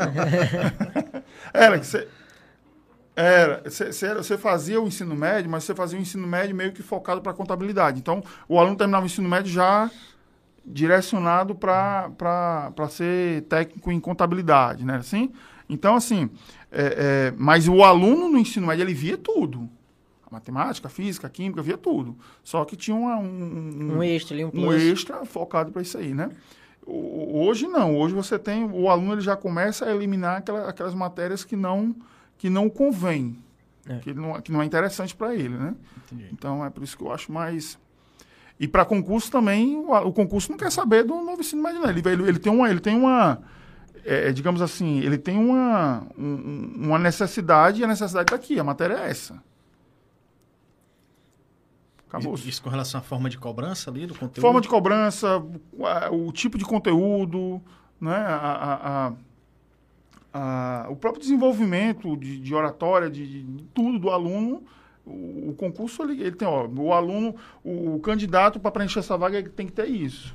não. Você fazia o ensino médio, mas você fazia o ensino médio meio que focado para contabilidade. Então, o aluno terminava o ensino médio já direcionado para ser técnico em contabilidade, né? Assim? Então, assim, mas o aluno no ensino médio, ele via tudo. A matemática, a física, a química, via tudo. Só que tinha um extra ali, um extra focado para isso aí, né? Hoje não, hoje você tem, o aluno ele já começa a eliminar aquelas matérias que não convém, que não é interessante para ele, né? Entendi. Então é por isso que eu acho mais... E para concurso também, o concurso não quer saber do novo ensino médio, não. Ele tem uma digamos assim, ele tem uma necessidade, e a necessidade está aqui, a matéria é essa. Acabou. Isso com relação à forma de cobrança ali do conteúdo? Forma de cobrança, o tipo de conteúdo, né? O próprio desenvolvimento de oratória, de tudo do aluno. O concurso, ele tem, o aluno, o candidato para preencher essa vaga ele tem que ter isso.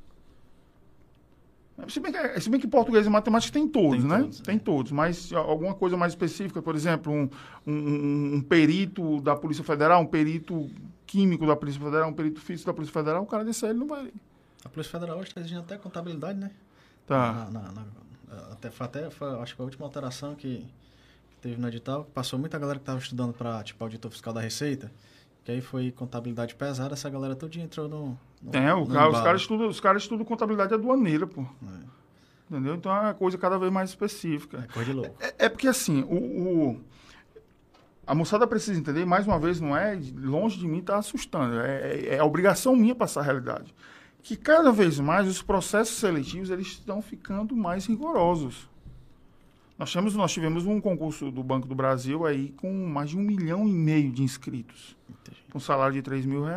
Se bem que português e matemática tem todos, né? Todos, tem todos, mas alguma coisa mais específica, por exemplo, um perito da Polícia Federal, um perito químico da Polícia Federal, um perito físico da Polícia Federal, o cara desse aí ele não vai... A Polícia Federal hoje está exigindo até contabilidade, né? Tá. Acho que foi a última alteração que teve no edital, passou muita galera que estava estudando para, tipo, auditor fiscal da Receita, que aí foi contabilidade pesada, essa galera toda entrou no os caras estudam contabilidade aduaneira, pô. Entendeu? Então é uma coisa cada vez mais específica. É coisa de louco. É porque assim, a moçada precisa entender, mais uma vez, não é longe de mim estar assustando. É obrigação minha passar a realidade. Que cada vez mais os processos seletivos eles estão ficando mais rigorosos. Nós tivemos um concurso do Banco do Brasil aí com mais de 1,5 milhão de inscritos. Entendi. Com salário de R$3.000.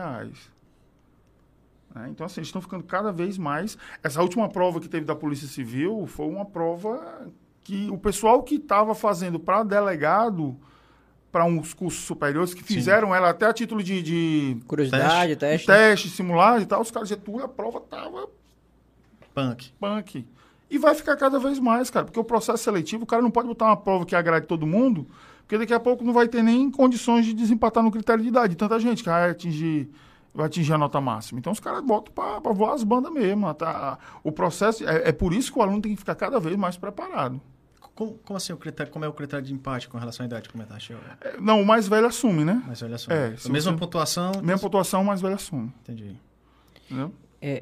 Então, assim, eles estão ficando cada vez mais... Essa última prova que teve da Polícia Civil foi uma prova que o pessoal que estava fazendo para delegado, para uns cursos superiores, que fizeram ela até a título de curiosidade, teste simulado e tal, os caras diziam, a prova estava punk. E vai ficar cada vez mais, cara, porque o processo seletivo, o cara não pode botar uma prova que agrade todo mundo, porque daqui a pouco não vai ter nem condições de desempatar no critério de idade. Tanta gente que vai atingir a nota máxima. Então, os caras botam para voar as bandas mesmo. O processo... É por isso que o aluno tem que ficar cada vez mais preparado. Como assim como é o critério de empate com relação à idade? Como é, Não, o mais velho assume, né? Mais velho assume. A mesma pontuação... Mesma pontuação, o mais velho assume. Entendi. Entendeu?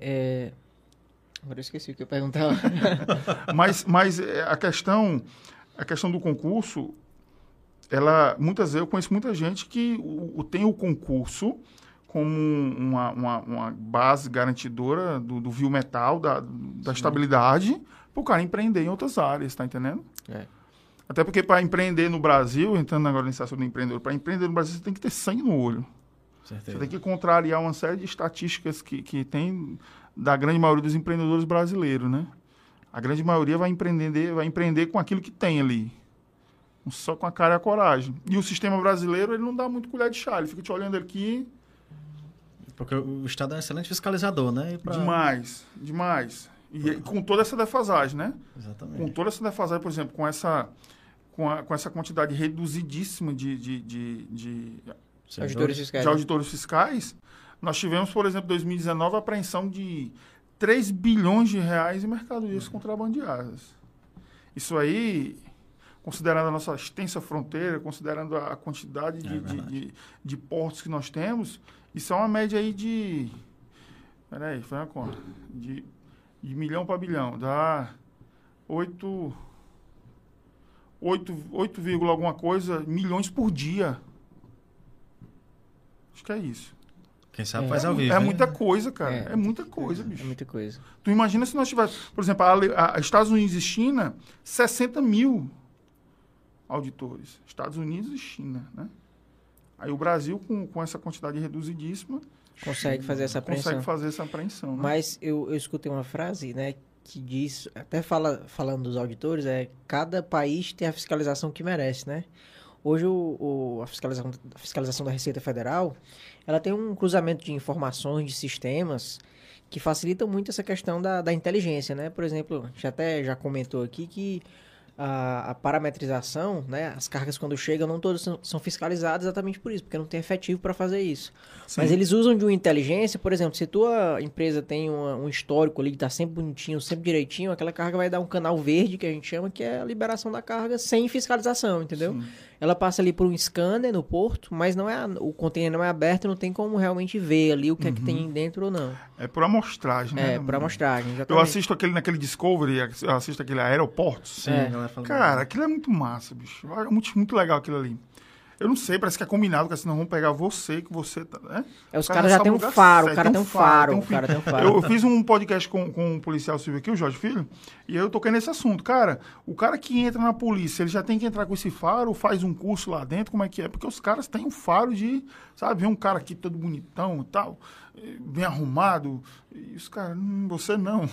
Agora eu esqueci o que eu ia perguntar. mas a questão do concurso, muitas vezes eu conheço muita gente que tem o concurso como uma base garantidora do vil metal, da estabilidade, para o cara empreender em outras áreas, tá entendendo? Até porque para empreender no Brasil, entrando agora na iniciação do empreendedor, para empreender no Brasil você tem que ter sangue no olho. Certeza. Você tem que contrariar uma série de estatísticas que tem da grande maioria dos empreendedores brasileiros, né? A grande maioria vai empreender com aquilo que tem ali. Só com a cara e a coragem. E o sistema brasileiro, ele não dá muito colher de chá. Ele fica te olhando aqui... Porque o Estado é um excelente fiscalizador, né? Demais. E com toda essa defasagem, né? Exatamente. Com toda essa defasagem, por exemplo, com essa quantidade reduzidíssima de auditores fiscais, nós tivemos, por exemplo, em 2019, a apreensão de R$3 bilhões em mercadorias contrabandeadas. Isso aí, considerando a nossa extensa fronteira, considerando a quantidade de portos que nós temos, isso é uma média aí de... Peraí, foi uma conta. De milhão para bilhão. Dá 8, alguma coisa, milhões por dia. Acho que é isso. Quem sabe faz ao vivo. É muita coisa, cara. É muita coisa, bicho. É muita coisa. Tu imagina se nós tivéssemos, por exemplo, Estados Unidos e China, 60 mil auditores. Estados Unidos e China, né? Aí o Brasil, com essa quantidade reduzidíssima... Consegue fazer essa apreensão. Né? Mas eu escutei uma frase, né, que diz, até falando dos auditores, cada país tem a fiscalização que merece, né? Hoje a fiscalização da Receita Federal, ela tem um cruzamento de informações, de sistemas, que facilitam muito essa questão da inteligência, né? Por exemplo, a gente até já comentou aqui que a parametrização, né, as cargas quando chegam, não todas são fiscalizadas exatamente por isso, porque não tem efetivo para fazer isso. Sim. Mas eles usam de uma inteligência, por exemplo, se tua empresa tem um histórico ali que está sempre bonitinho, sempre direitinho, aquela carga vai dar um canal verde, que a gente chama, que é a liberação da carga sem fiscalização, entendeu? Sim. Ela passa ali por um scanner no porto, mas o container não é aberto, não tem como realmente ver ali o que é que tem dentro ou não. É por amostragem, né? É, por amostragem, exatamente. Eu assisto naquele Discovery, eu assisto aquele Aeroportos. Sim, cara, aquilo é muito massa, bicho. É muito legal aquilo ali. Eu não sei, parece que é combinado, porque senão vão pegar você, que você... Né? Os caras já tem um faro, o cara tem um faro. Eu fiz um podcast com um policial civil aqui, o Jorge Filho, e eu toquei nesse assunto. Cara, o cara que entra na polícia, ele já tem que entrar com esse faro, faz um curso lá dentro, como é que é? Porque os caras têm um faro de, sabe, ver um cara aqui todo bonitão e tal, bem arrumado, e os caras, você não.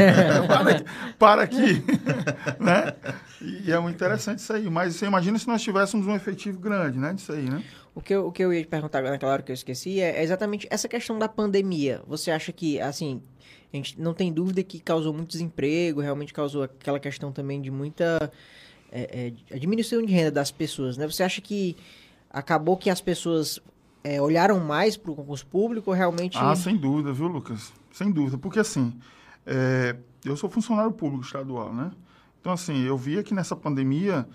para aqui. Né? E é muito interessante isso aí. Mas você imagina se nós tivéssemos um efetivo grande, né, disso aí, né? O que eu ia te perguntar agora naquela hora que eu esqueci é exatamente essa questão da pandemia. Você acha que, assim, a gente não tem dúvida que causou muito desemprego, realmente causou aquela questão também de muita diminuição de renda das pessoas, né? Você acha que acabou que as pessoas olharam mais para o concurso público ou realmente... Ah, sem dúvida, viu, Lucas? Sem dúvida. Porque, assim, eu sou funcionário público estadual, né? Então, assim, eu via que nessa pandemia...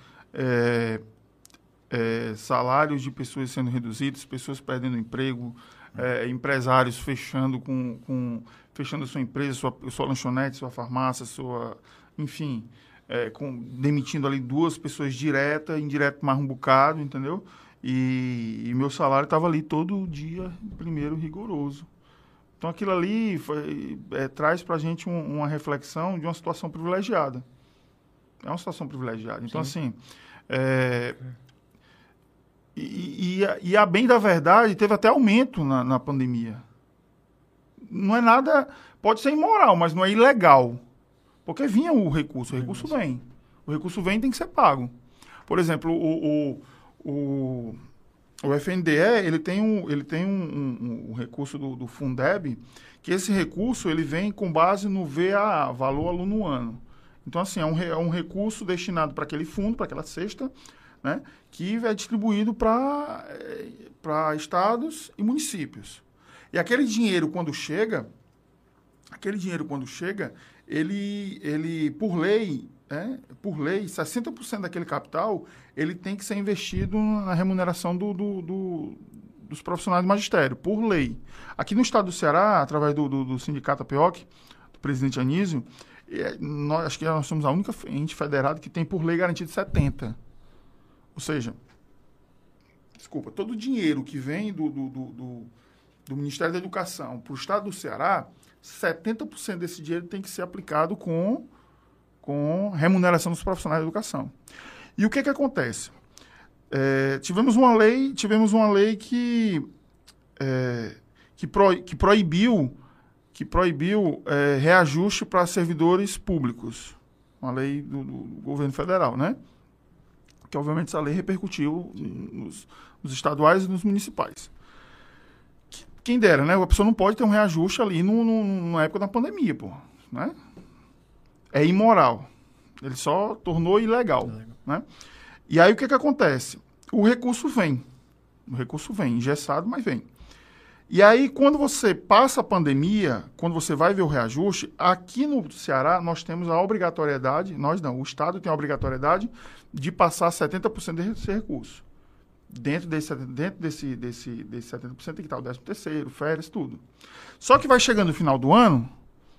salários de pessoas sendo reduzidos, pessoas perdendo emprego, empresários fechando fechando a sua empresa, sua lanchonete, sua farmácia, enfim, demitindo ali 2 pessoas direta, indireto mais um bocado, entendeu? E meu salário estava ali todo dia, primeiro, rigoroso. Então, aquilo ali traz para a gente uma reflexão de uma situação privilegiada. É uma situação privilegiada. Então, Sim. assim, e a bem da verdade, teve até aumento na pandemia. Não é nada... Pode ser imoral, mas não é ilegal. Porque vinha o recurso vem. O recurso vem e tem que ser pago. Por exemplo, o FNDE, ele tem um recurso do Fundeb, que esse recurso ele vem com base no VAA, Valor Aluno Ano. Então, assim, é um recurso destinado para aquele fundo, para aquela cesta, né, que é distribuído para estados e municípios. E aquele dinheiro, quando chega, ele por lei, 60% daquele capital, ele tem que ser investido na remuneração dos profissionais do magistério, por lei. Aqui no estado do Ceará, através do sindicato APEOC, do presidente Anísio, acho que nós somos a única ente federada que tem por lei garantido 70%. Ou seja, todo o dinheiro que vem do Ministério da Educação para o estado do Ceará, 70% desse dinheiro tem que ser aplicado com remuneração dos profissionais da educação. E o que acontece? Tivemos uma lei que proibiu reajuste para servidores públicos. Uma lei do governo federal, né? Que, obviamente, essa lei repercutiu nos estaduais e nos municipais. Quem dera, né? A pessoa não pode ter um reajuste ali na época da pandemia, pô, né? É imoral. Ele só tornou ilegal, né? E aí, o que acontece? O recurso vem, engessado, mas vem. E aí, quando você passa a pandemia, quando você vai ver o reajuste, aqui no Ceará, nós temos a obrigatoriedade, o Estado tem a obrigatoriedade de passar 70% desse recurso. Dentro desse 70% tem que estar o 13º, férias, tudo. Só que vai chegando no final do ano,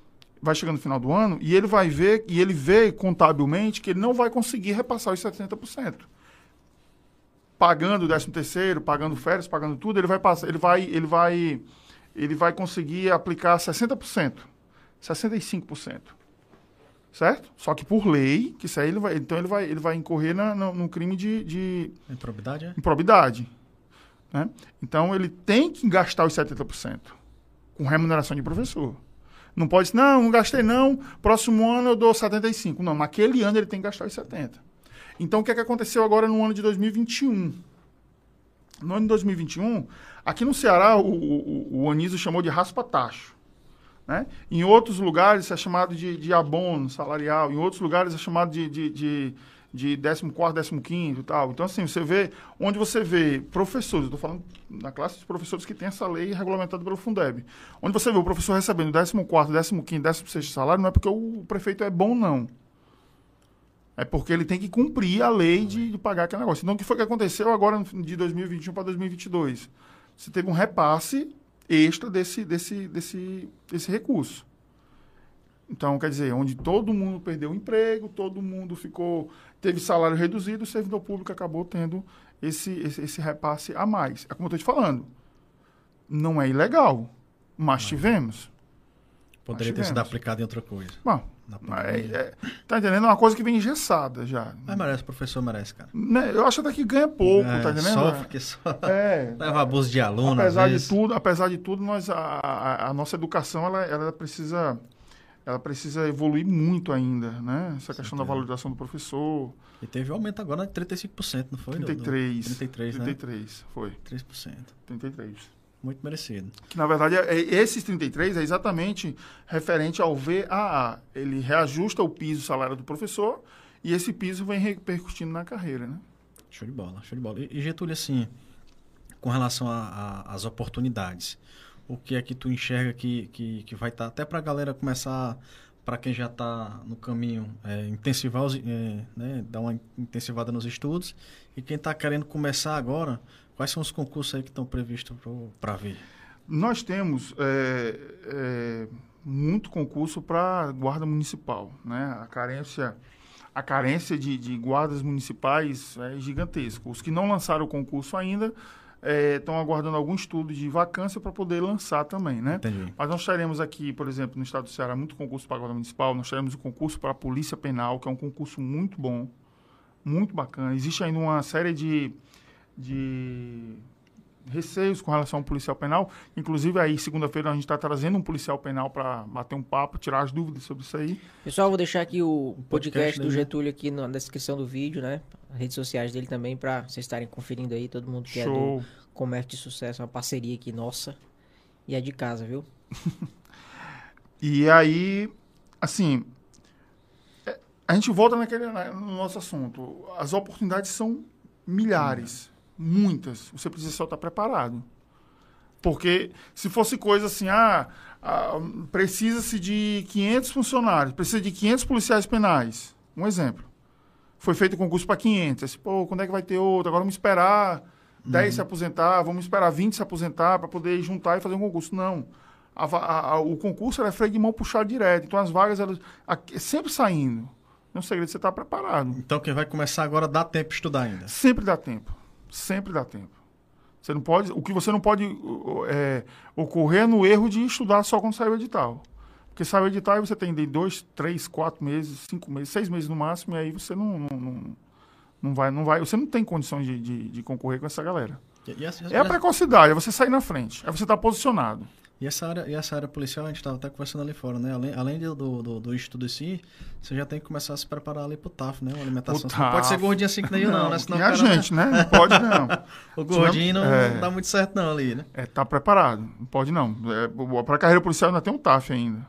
e ele vai ver, e ele vê contabilmente que ele não vai conseguir repassar os 70%. Pagando o 13º, pagando férias, pagando tudo, ele vai conseguir aplicar 60%, 65%. Certo? Só que por lei, que isso aí ele vai incorrer num crime de improbidade, é? Improbidade. Né? Então ele tem que gastar os 70% com remuneração de professor. Não pode dizer, não gastei não, próximo ano eu dou 75%. Não, naquele ano ele tem que gastar os 70%. Então o que aconteceu agora no ano de 2021? No ano de 2021, aqui no Ceará, o Anísio chamou de raspa-tacho. Né? Em outros lugares é chamado de abono salarial, em outros lugares é chamado de 14º, 15º e tal. Então, assim, onde você vê professores, eu estou falando na classe de professores que tem essa lei regulamentada pelo Fundeb, onde você vê o professor recebendo 14º, 15º, 16º salário, não é porque o prefeito é bom, não. É porque ele tem que cumprir a lei de pagar aquele negócio. Então, o que foi que aconteceu agora de 2021 para 2022? Você teve um repasse extra desse recurso. Então, quer dizer, onde todo mundo perdeu o emprego, todo mundo teve salário reduzido, o servidor público acabou tendo esse repasse a mais. É como eu estou te falando, não é ilegal, mas tivemos. Poderia ter sido aplicado em outra coisa. Bom, tá entendendo? É uma coisa que vem engessada já. Mas merece, o professor merece, cara. Eu acho até que ganha pouco, tá entendendo? Sofre que só leva abuso de aluno, apesar de tudo, a nossa educação ela precisa evoluir muito ainda, né? Essa questão da valorização do professor. E teve um aumento agora de 35%, não foi? 33, né? Foi. 3%. 33%. Muito merecido. Que, na verdade, esses 33 é exatamente referente ao VAA. Ele reajusta o piso salário do professor e esse piso vem repercutindo na carreira, né? Show de bola, show de bola. E Getúlio, assim, com relação às oportunidades, o que é que tu enxerga que vai estar, até para a galera começar, para quem já está no caminho, intensivar, né, dar uma intensivada nos estudos, e quem está querendo começar agora, quais são os concursos aí que estão previstos para vir? Nós temos muito concurso para guarda municipal, né? A carência de guardas municipais é gigantesca. Os que não lançaram o concurso ainda estão aguardando algum estudo de vacância para poder lançar também, né? Entendi. Mas nós teremos aqui, por exemplo, no estado do Ceará, muito concurso para a guarda municipal. Nós teremos o concurso para a Polícia Penal, que é um concurso muito bom, muito bacana. Existe ainda uma série de receios com relação ao policial penal. Inclusive, aí, segunda-feira, a gente está trazendo um policial penal para bater um papo, tirar as dúvidas sobre isso aí. Pessoal, vou deixar aqui o podcast do Getúlio aqui na descrição do vídeo, né? As redes sociais dele também, para vocês estarem conferindo aí. Todo mundo que Show. É do Comércio de Sucesso, uma parceria aqui nossa. E é de casa, viu? E aí, assim, a gente volta no nosso assunto. As oportunidades são milhares. Muitas. Você precisa só estar preparado. Porque se fosse coisa assim, precisa-se de 500 funcionários, precisa de 500 policiais penais. Um exemplo. Foi feito concurso para 500. Assim, quando é que vai ter outro? Agora vamos esperar 10 se aposentar, vamos esperar 20 se aposentar para poder juntar e fazer um concurso. Não. O concurso é freio de mão puxado direto. Então as vagas, elas sempre saindo. Não é um segredo, você está preparado. Então quem vai começar agora dá tempo de estudar ainda? Sempre dá tempo. Sempre dá tempo. Você não pode, o que você não pode ocorrer no erro de estudar só quando sai o edital. Porque sai o edital e você tem de 2, 3, 4 meses, 5 meses, 6 meses no máximo, e aí você não vai. Você não tem condições de concorrer com essa galera. É a precocidade, é você sair na frente, é você estar posicionado. E essa área policial, a gente estava até conversando ali fora, né? Além do estudo em si, você já tem que começar a se preparar ali pro TAF, né? Uma alimentação. Você não pode ser gordinho assim que nem eu, não, né? Senão a gente, né? Não pode, não. O gordinho não dá muito certo, não, ali, né? Tá preparado. Não pode, não. Para a carreira policial ainda tem um TAF ainda.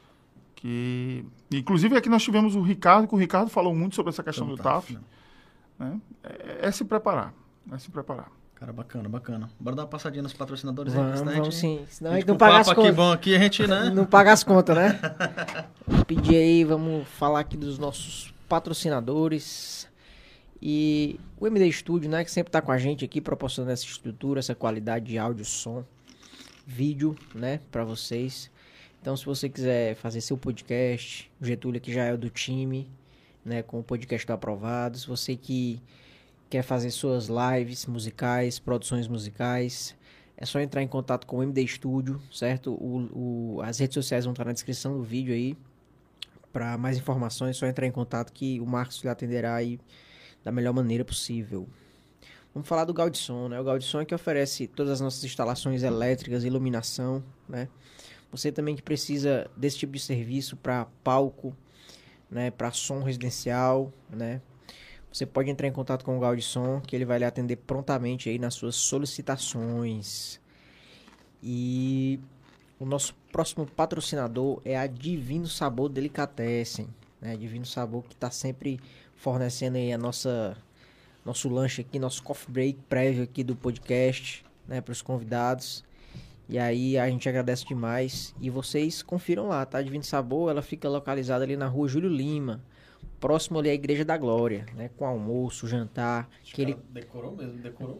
Inclusive, aqui nós tivemos o Ricardo, que o Ricardo falou muito sobre essa questão do TAF. Né? É se preparar. É se preparar. Cara, bacana. Bora dar uma passadinha nos patrocinadores vamos, aí, vamos sim. Senão a gente não paga as contas. Aqui bom aqui, a gente, né? Não paga as contas, né? Vou pedir aí, vamos falar aqui dos nossos patrocinadores. E o MD Studio, né? Que sempre tá com a gente aqui, proporcionando essa estrutura, essa qualidade de áudio, som, vídeo, né? Pra vocês. Então, se você quiser fazer seu podcast, o Getúlio aqui já é do time, né? Com o podcast do Aprovado. Se você que quer fazer suas lives musicais, produções musicais, é só entrar em contato com o MD Studio, certo? As redes sociais vão estar na descrição do vídeo aí. Para mais informações, é só entrar em contato que o Marcos lhe atenderá aí da melhor maneira possível. Vamos falar do Gaudisson, né? O Gaudisson é que oferece todas as nossas instalações elétricas, iluminação, né? Você também que precisa desse tipo de serviço para palco, né? Para som residencial, né? Você pode entrar em contato com o Gaudisson, que ele vai lhe atender prontamente aí nas suas solicitações. E o nosso próximo patrocinador é a Divino Sabor Delicatessen, né? Divino Sabor que está sempre fornecendo aí nosso lanche aqui, nosso coffee break prévio aqui do podcast, né? Para os convidados. E aí a gente agradece demais. E vocês confiram lá, tá? Divino Sabor, ela fica localizada ali na rua Júlio Lima, próximo ali à Igreja da Glória, né? Com almoço, jantar. Decorou mesmo.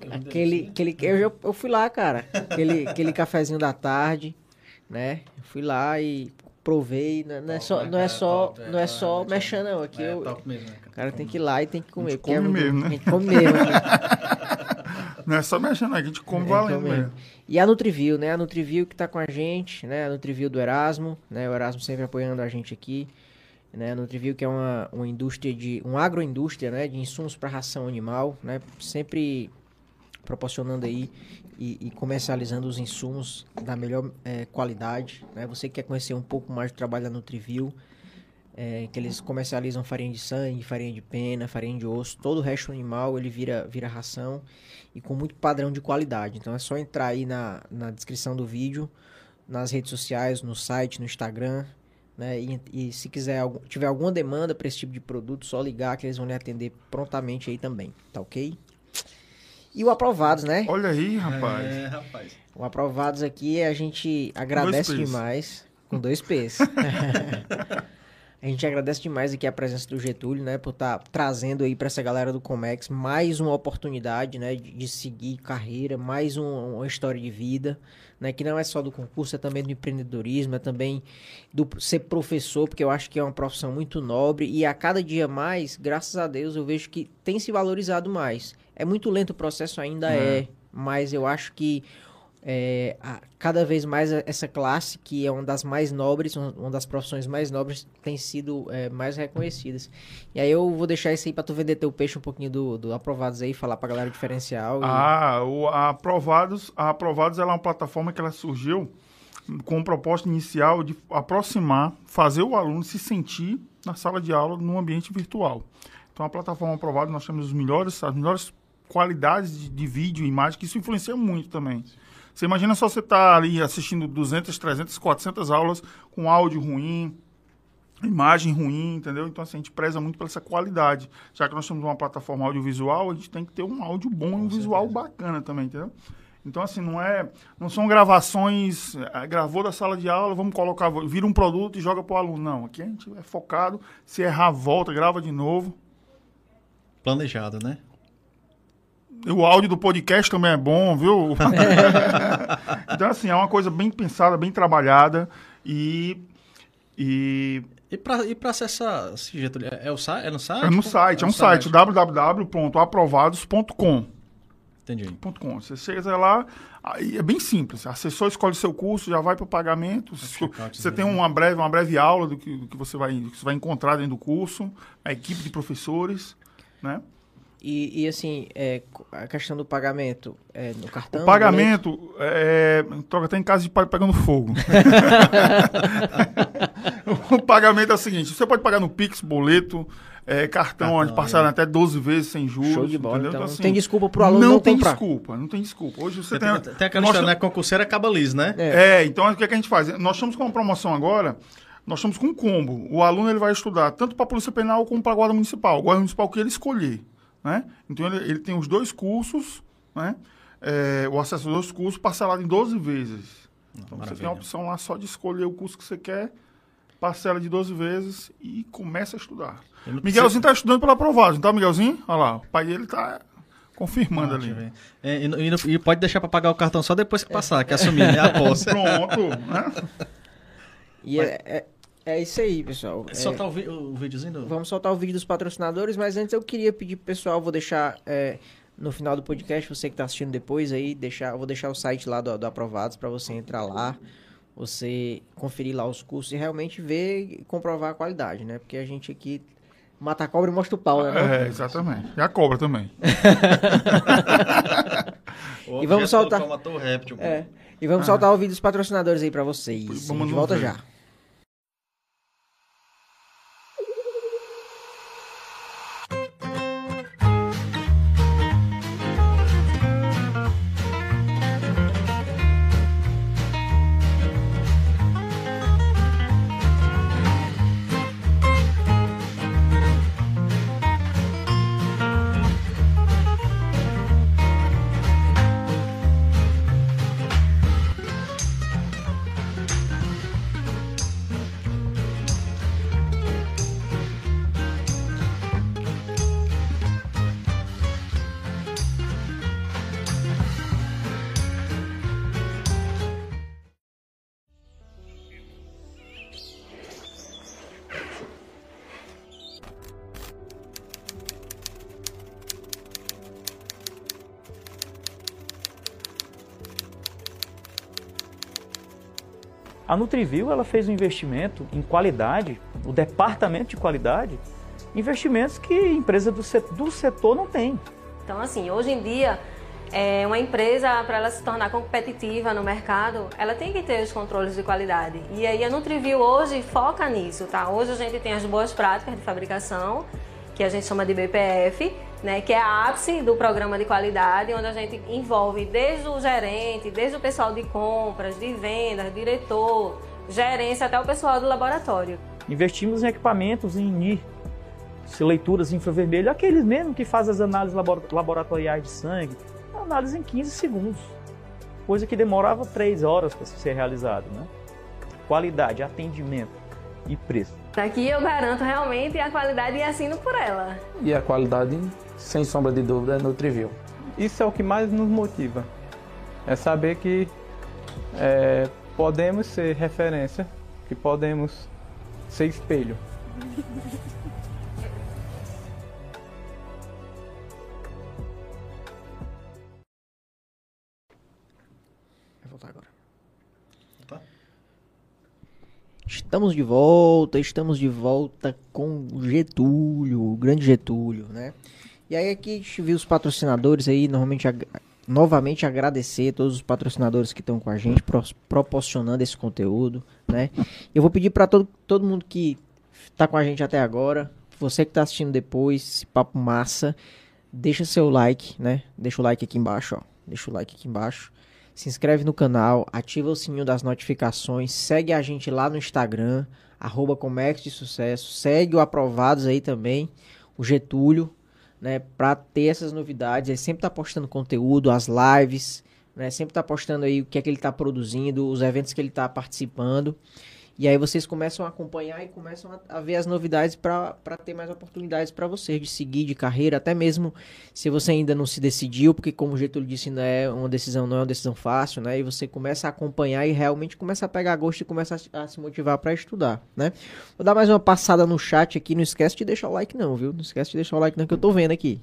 Eu fui lá, cara. Aquele cafezinho da tarde, né? Eu fui lá e provei. Não é só mexer, não. Aqui top mesmo, né, cara? O cara tem que ir lá e tem que comer. Come mesmo, né? A gente come mesmo. Não é só mexendo, a gente come valendo mesmo. E a Nutrivil, né? A Nutrivil que tá com a gente, né? A Nutrivil do Erasmo, né? O Erasmo sempre apoiando a gente aqui. Né, a Nutrivil, que é uma indústria uma agroindústria, né, de insumos para ração animal, né, sempre proporcionando aí e comercializando os insumos da melhor qualidade, né. Você que quer conhecer um pouco mais do trabalho da Nutrivil, que eles comercializam farinha de sangue, farinha de pena, farinha de osso, todo o resto animal ele vira ração e com muito padrão de qualidade. Então é só entrar aí na descrição do vídeo, nas redes sociais, no site, no Instagram, né? E se tiver alguma demanda para esse tipo de produto, só ligar que eles vão lhe atender prontamente aí também, tá ok? E o Aprovados, né? Olha aí, rapaz. Rapaz. O Aprovados aqui a gente agradece demais. Com 2 P's. A gente agradece demais aqui a presença do Getúlio, né, por estar trazendo aí para essa galera do Comex mais uma oportunidade, né, de seguir carreira, mais uma história de vida, né, que não é só do concurso, é também do empreendedorismo, é também do ser professor, porque eu acho que é uma profissão muito nobre e a cada dia mais, graças a Deus, eu vejo que tem se valorizado mais. É muito lento o processo, ainda mas eu acho que cada vez mais essa classe, que é uma das mais nobres, uma das profissões mais nobres, tem sido mais reconhecidas. E aí eu vou deixar isso aí para tu vender teu peixe um pouquinho do Aprovados aí, falar pra galera o diferencial. A Aprovados ela é uma plataforma que ela surgiu com um propósito inicial de aproximar, fazer o aluno se sentir na sala de aula num ambiente virtual. Então, a plataforma Aprovados, nós temos as melhores qualidades de vídeo e imagem, que isso influencia muito também. Você imagina só você estar ali assistindo 200, 300, 400 aulas com áudio ruim, imagem ruim, entendeu? Então, assim, a gente preza muito por essa qualidade. Já que nós temos uma plataforma audiovisual, a gente tem que ter um áudio bom e um visual bacana também, entendeu? Então, assim, não são gravações, gravou da sala de aula, vamos colocar, vira um produto e joga para o aluno. Não, aqui a gente é focado, se errar, volta, grava de novo. Planejado, né? O áudio do podcast também é bom, viu? Então, assim, é uma coisa bem pensada, bem trabalhada e para acessar esse jeito, é no site? É no site, é um site, www.aprovados.com. Entendi. Você chega lá, aí é bem simples. Acessou, escolhe seu curso, já vai para o pagamento. Você tem uma breve aula do que você vai encontrar dentro do curso, a equipe de professores, né? E assim, a questão do pagamento no cartão? O pagamento, troca até em casa de pai pegando fogo. O pagamento é o seguinte, você pode pagar no Pix, boleto, cartão, onde parcela até 12 vezes sem juros. Show de bola, então, então assim, não tem desculpa pro aluno não comprar. Não tem desculpa. Hoje você tem aquela história, né? Concurseiro acaba liso, né? Então o que a gente faz? Nós estamos com uma promoção agora, nós estamos com um combo. O aluno ele vai estudar tanto para a Polícia Penal como para a Guarda Municipal. O Guarda Municipal que ele escolher. Né? Então, ele tem os 2 cursos, né? O acesso aos 2 cursos parcelado em 12 vezes. Então, você tem a opção lá só de escolher o curso que você quer, parcela de 12 vezes e começa a estudar. Miguelzinho está estudando pela Aprovados, não tá, Miguelzinho? Olha lá, o pai dele está confirmando ali. E pode deixar para pagar o cartão só depois que passar, que assumir, né? A posse. Pronto. Né? E é isso aí, pessoal. Soltar o videozinho? Vamos soltar o vídeo dos patrocinadores, mas antes eu queria pedir pro pessoal, vou deixar no final do podcast, você que está assistindo depois aí, eu vou deixar o site lá do Aprovados para você entrar lá, você conferir lá os cursos e realmente ver e comprovar a qualidade, né? Porque a gente aqui mata a cobra e mostra o pau, né? Exatamente. E a cobra também. E vamos soltar... E vamos soltar o vídeo dos patrocinadores aí para vocês. Vamos de volta já. A Nutrivil ela fez um investimento em qualidade, o departamento de qualidade, investimentos que empresas do setor não têm. Então, assim, hoje em dia, uma empresa, para ela se tornar competitiva no mercado, ela tem que ter os controles de qualidade. E aí a Nutrivil hoje foca nisso, tá? Hoje a gente tem as boas práticas de fabricação, que a gente chama de BPF, né, que é a ápice do programa de qualidade, onde a gente envolve desde o gerente, desde o pessoal de compras, de vendas, diretor, gerência, até o pessoal do laboratório. Investimos em equipamentos em NIR, leituras infravermelho, aqueles mesmo que fazem as análises laboratoriais de sangue, análise em 15 segundos, coisa que demorava 3 horas para ser realizado, né? Qualidade, atendimento. e preço. Aqui eu garanto realmente a qualidade e assino por ela. E a qualidade, sem sombra de dúvida, é Nutriview. Isso é o que mais nos motiva. É saber que podemos ser referência, que podemos ser espelho. Vai voltar agora. Tá. Estamos de volta com o Getúlio, o grande Getúlio, né? E aí aqui a gente viu os patrocinadores aí, novamente agradecer a todos os patrocinadores que estão com a gente, proporcionando esse conteúdo, né? Eu vou pedir para todo mundo que tá com a gente até agora, você que tá assistindo depois, esse papo massa, deixa seu like, né? Deixa o like aqui embaixo, ó. Deixa o like aqui embaixo. Se inscreve no canal, ativa o sininho das notificações, segue a gente lá no Instagram, @Comex de Sucesso, segue o Aprovados aí também, o Getúlio, né, pra ter essas novidades. Ele sempre tá postando conteúdo, as lives, né, sempre tá postando aí o que é que ele tá produzindo, os eventos que ele tá participando. E aí vocês começam a acompanhar e começam a ver as novidades para ter mais oportunidades para vocês de seguir de carreira, até mesmo se você ainda não se decidiu, porque como o Getúlio disse, não é uma decisão fácil, né? E você começa a acompanhar e realmente começa a pegar gosto e começa a se motivar para estudar, né? Vou dar mais uma passada no chat aqui, não esquece de deixar o like não, viu? Não esquece de deixar o like não, que eu tô vendo aqui.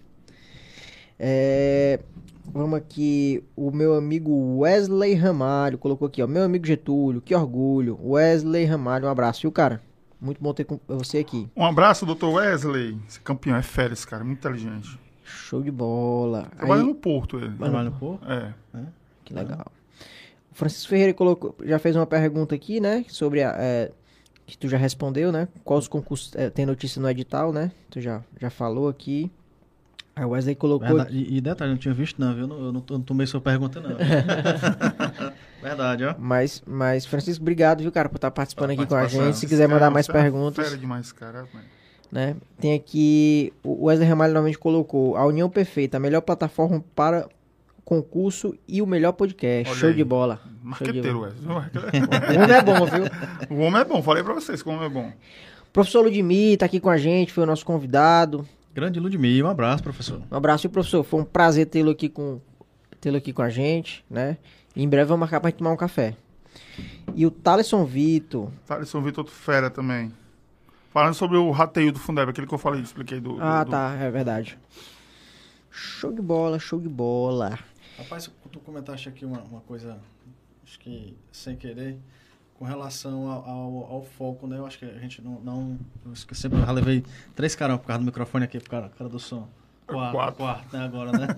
Vamos aqui, o meu amigo Wesley Ramalho colocou aqui, ó, meu amigo Getúlio, que orgulho, Wesley Ramalho, um abraço, viu, cara? Muito bom ter com você aqui. Um abraço, Dr. Wesley, esse campeão é fera, esse cara, muito inteligente. Show de bola. Trabalha no Porto, ele. Trabalha no Porto? É. Que legal. O Francisco Ferreira já fez uma pergunta aqui, né, sobre que tu já respondeu, né, quais os concursos, tem notícia no edital, né, tu já falou aqui. Aí o Wesley colocou... Verdade. E detalhe, eu não tinha visto não, viu? Eu não tomei sua pergunta não. Verdade, ó. Mas, Francisco, obrigado, viu, cara, por estar participando aqui com a gente. Se quiser mandar mais perguntas... Fera demais, cara. Né? Tem aqui... O Wesley Ramalho novamente colocou: a união perfeita, a melhor plataforma para concurso e o melhor podcast. Olha Show aí. de bola. Marqueteiro, Wesley. O homem é bom, viu? O homem é bom, falei pra vocês que o homem é bom. O professor Ludmir tá aqui com a gente, foi o nosso convidado. Grande Ludmir, um abraço, professor. Um abraço, viu, professor? Foi um prazer tê-lo aqui com a gente, né? E em breve vamos marcar pra gente tomar um café. E o Thaleson Vitor. Thaleson Vitor, outro fera também. Falando sobre o rateio do Fundeb, aquele que eu falei, expliquei do... Tá, é verdade. Show de bola, show de bola. Rapaz, tu comentaste aqui uma coisa, acho que sem querer, com relação ao foco, né? Eu acho que a gente não eu esqueci, eu já levei 3 caras por causa do microfone aqui, por cara do som. 4, né? Agora, né?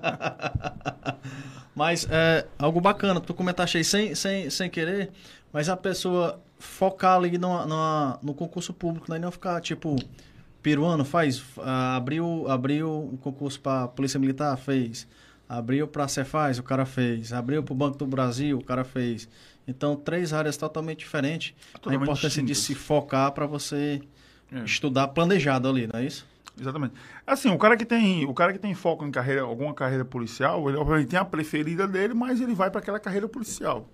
Mas algo bacana, tu comentaste aí sem querer, mas a pessoa focar ali no concurso público, né? E não ficar, tipo, peruano, abriu o concurso para Polícia Militar, fez. Abriu para a Cefaz, o cara fez. Abriu para o Banco do Brasil, o cara fez. Então, 3 áreas totalmente diferentes. A importância de se focar para você estudar planejado ali, não é isso? Exatamente. Assim, o cara que tem foco em alguma carreira policial, ele obviamente tem a preferida dele, mas ele vai para aquela carreira policial.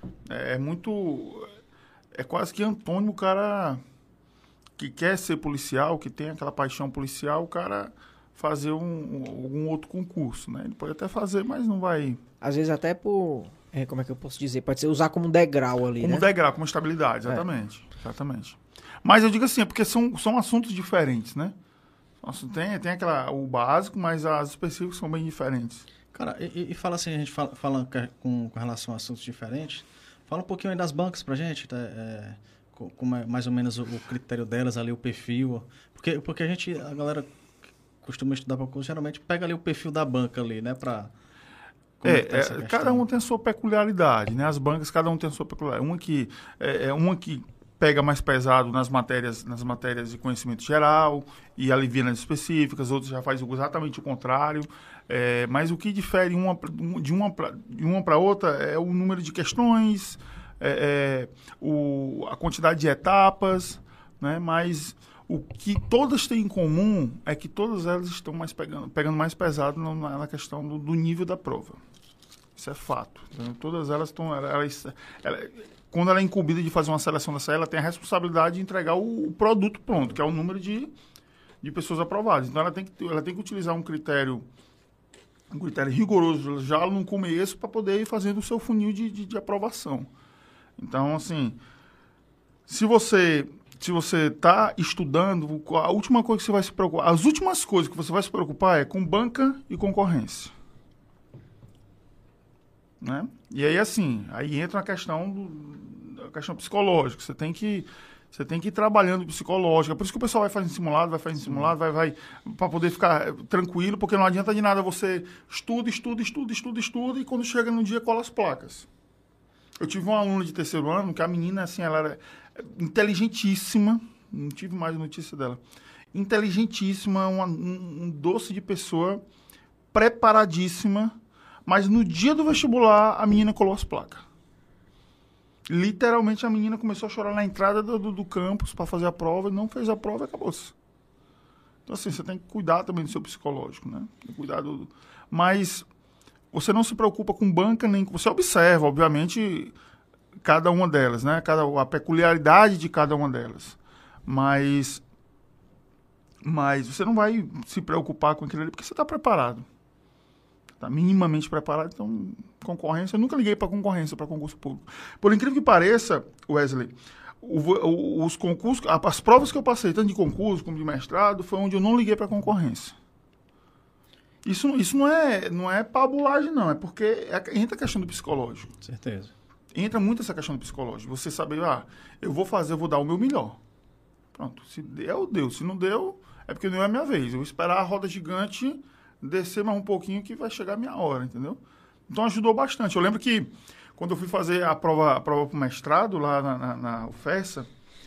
É quase que antônimo o cara que quer ser policial, que tem aquela paixão policial, o cara fazer algum outro concurso, né? Ele pode até fazer, mas não vai... Às vezes até por... como é que eu posso dizer? Pode ser usar como degrau ali, como degrau, como estabilidade, exatamente. Mas eu digo assim, é porque são assuntos diferentes, né? Tem o básico, mas as específicas são bem diferentes. Cara, e fala assim, a gente fala com relação a assuntos diferentes, fala um pouquinho aí das bancas pra gente, como é mais ou menos o critério delas ali, o perfil, porque a galera costuma estudar para concurso, geralmente pega ali o perfil da banca ali, né, pra... cada um tem a sua peculiaridade, né? As bancas, cada um tem a sua peculiaridade. Uma que pega mais pesado nas matérias de conhecimento geral e alivia nas específicas, outras já faz exatamente o contrário. Mas o que difere de uma para outra é o número de questões, a quantidade de etapas, né? Mas o que todas têm em comum é que todas elas estão pegando mais pesado na questão do nível da prova. Isso é fato. Então, todas elas estão... quando ela é incumbida de fazer uma seleção dessa, ela tem a responsabilidade de entregar o produto pronto, que é o número de pessoas aprovadas. Então, ela tem que utilizar um critério rigoroso já no começo para poder ir fazendo o seu funil de aprovação. Então, assim, se você está estudando, a última coisa que você vai se preocupar, as últimas coisas que você vai se preocupar é com banca e concorrência. Né? E aí, assim, aí entra a questão psicológica. Você tem que ir trabalhando psicológica. Por isso que o pessoal vai fazendo simulado, vai para poder ficar tranquilo, porque não adianta de nada você estuda, e quando chega no dia, cola as placas. Eu tive uma aluna de terceiro ano, que a menina, assim, ela era inteligentíssima, não tive mais notícia dela, inteligentíssima, um doce de pessoa, preparadíssima, mas no dia do vestibular, a menina colou as placas. Literalmente, a menina começou a chorar na entrada do campus para fazer a prova, não fez a prova e acabou-se. Então, assim, você tem que cuidar também do seu psicológico, né? Mas você não se preocupa com banca, nem você observa, obviamente, cada uma delas, né? A peculiaridade de cada uma delas. Mas você não vai se preocupar com aquilo ali, porque você está preparado. Está minimamente preparado, então concorrência, eu nunca liguei para concorrência, para concurso público. Por incrível que pareça, Wesley, os concursos, as provas que eu passei, tanto de concurso como de mestrado, foi onde eu não liguei para concorrência. Isso não é pabulagem, não, é porque entra a questão do psicológico. Certeza. Entra muito essa questão do psicológico. Você saber, eu vou dar o meu melhor. Pronto, se deu, deu. Se não deu, é porque não é a minha vez. Eu vou esperar a roda gigante descer mais um pouquinho que vai chegar a minha hora, entendeu? Então ajudou bastante. Eu lembro que quando eu fui fazer a prova para o mestrado lá na UFESA,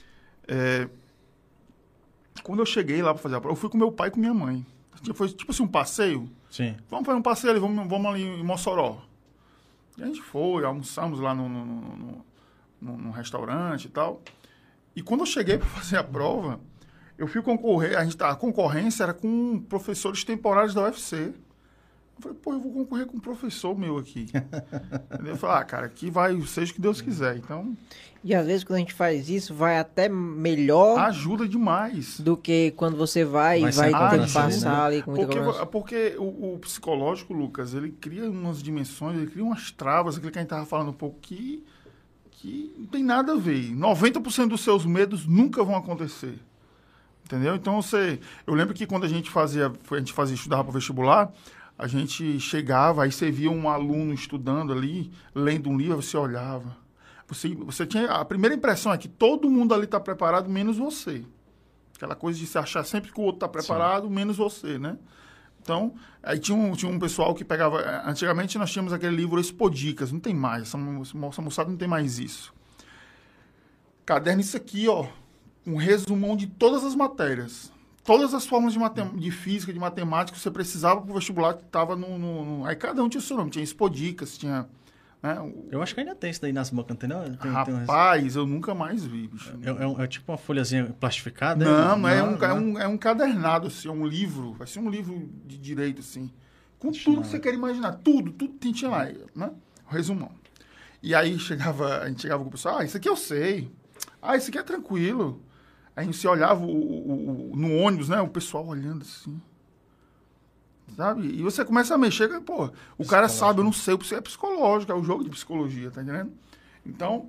quando eu cheguei lá para fazer a prova, eu fui com meu pai e com minha mãe. Foi tipo assim um passeio. Sim. Vamos fazer um passeio ali, vamos ali em Mossoró. E a gente foi, almoçamos lá num restaurante e tal. E quando eu cheguei para fazer a prova, eu fui concorrer, a concorrência era com professores temporários da UFC. Eu falei, eu vou concorrer com um professor meu aqui. Eu falei, cara, aqui vai, seja o que Deus quiser. Então, e às vezes quando a gente faz isso, vai até melhor. Ajuda demais. Do que quando você vai ter que passar ali com muita cobrança. Porque o psicológico, Lucas, ele cria umas dimensões, ele cria umas travas, aquilo que a gente estava falando um pouco, que não tem nada a ver. 90% dos seus medos nunca vão acontecer. Entendeu? Então, eu lembro que quando a gente estudava para o vestibular, a gente chegava, aí você via um aluno estudando ali, lendo um livro, você olhava. Você tinha, a primeira impressão é que todo mundo ali está preparado, menos você. Aquela coisa de se achar sempre que o outro está preparado, sim, menos você, né? Então, aí tinha um pessoal que pegava... Antigamente nós tínhamos aquele livro Expodicas, não tem mais, essa moçada não tem mais isso. Caderno isso aqui, ó. Um resumão de todas as matérias. Todas as fórmulas de física, de matemática que você precisava para o vestibular que estava Aí cada um tinha o seu nome. Tinha Expodicas, tinha... Né, eu acho que ainda tem isso daí nas bancas, não tem? Rapaz, eu nunca mais vi, bicho. É tipo uma folhazinha plastificada? Não, é um encadernado, assim, é um livro. Vai ser um livro de direito, assim. Com tudo que você quer imaginar. Tudo tinha lá, né? O resumão. E aí a gente chegava com o pessoal, isso aqui eu sei. Isso aqui é tranquilo. Aí você olhava no ônibus, né? O pessoal olhando assim. Sabe? E você começa a mexer, o cara sabe, eu não sei, é psicológico, é o jogo de psicologia, tá entendendo? Então,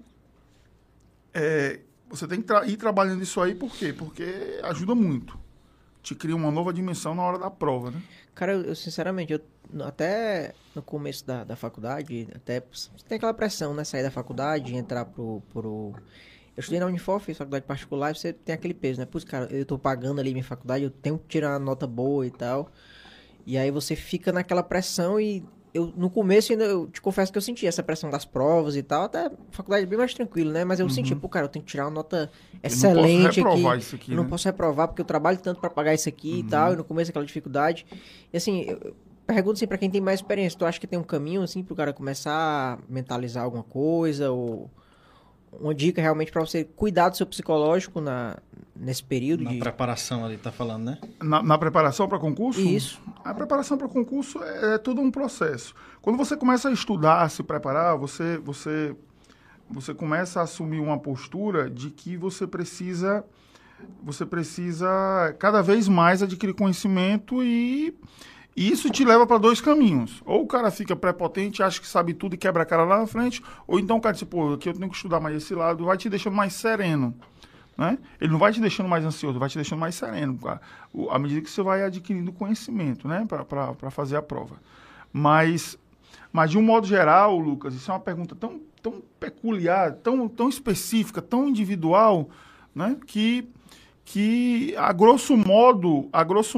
você tem que ir trabalhando isso aí, por quê? Porque ajuda muito. Te cria uma nova dimensão na hora da prova, né? Cara, eu sinceramente, até no começo da faculdade, até tem aquela pressão, né? Sair da faculdade, entrar pro... Eu estudei na Unifor, fiz faculdade particular, e você tem aquele peso, né? Putz, cara, eu tô pagando ali minha faculdade, eu tenho que tirar uma nota boa e tal. E aí você fica naquela pressão e no começo ainda, eu te confesso que eu senti essa pressão das provas e tal, até a faculdade é bem mais tranquilo, né? Mas eu senti, cara, eu tenho que tirar uma nota excelente aqui. Eu não posso reprovar porque eu trabalho tanto pra pagar isso aqui e tal, e no começo aquela dificuldade. E assim, eu pergunto assim, pra quem tem mais experiência, tu acha que tem um caminho assim pro cara começar a mentalizar alguma coisa ou... Uma dica realmente para você cuidar do seu psicológico nesse período na preparação ali, tá falando, né? Na preparação para concurso? Isso. A preparação para concurso é todo um processo. Quando você começa a estudar, a se preparar, você você começa a assumir uma postura de que você precisa cada vez mais adquirir conhecimento e isso te leva para 2 caminhos. Ou o cara fica prepotente, acha que sabe tudo e quebra a cara lá na frente, ou então o cara diz, pô, aqui eu tenho que estudar mais esse lado, vai te deixando mais sereno. Né? Ele não vai te deixando mais ansioso, vai te deixando mais sereno, à medida que você vai adquirindo conhecimento, né? Para fazer a prova. Mas de um modo geral, Lucas, isso é uma pergunta tão peculiar, tão específica, tão individual, né? Que a grosso modo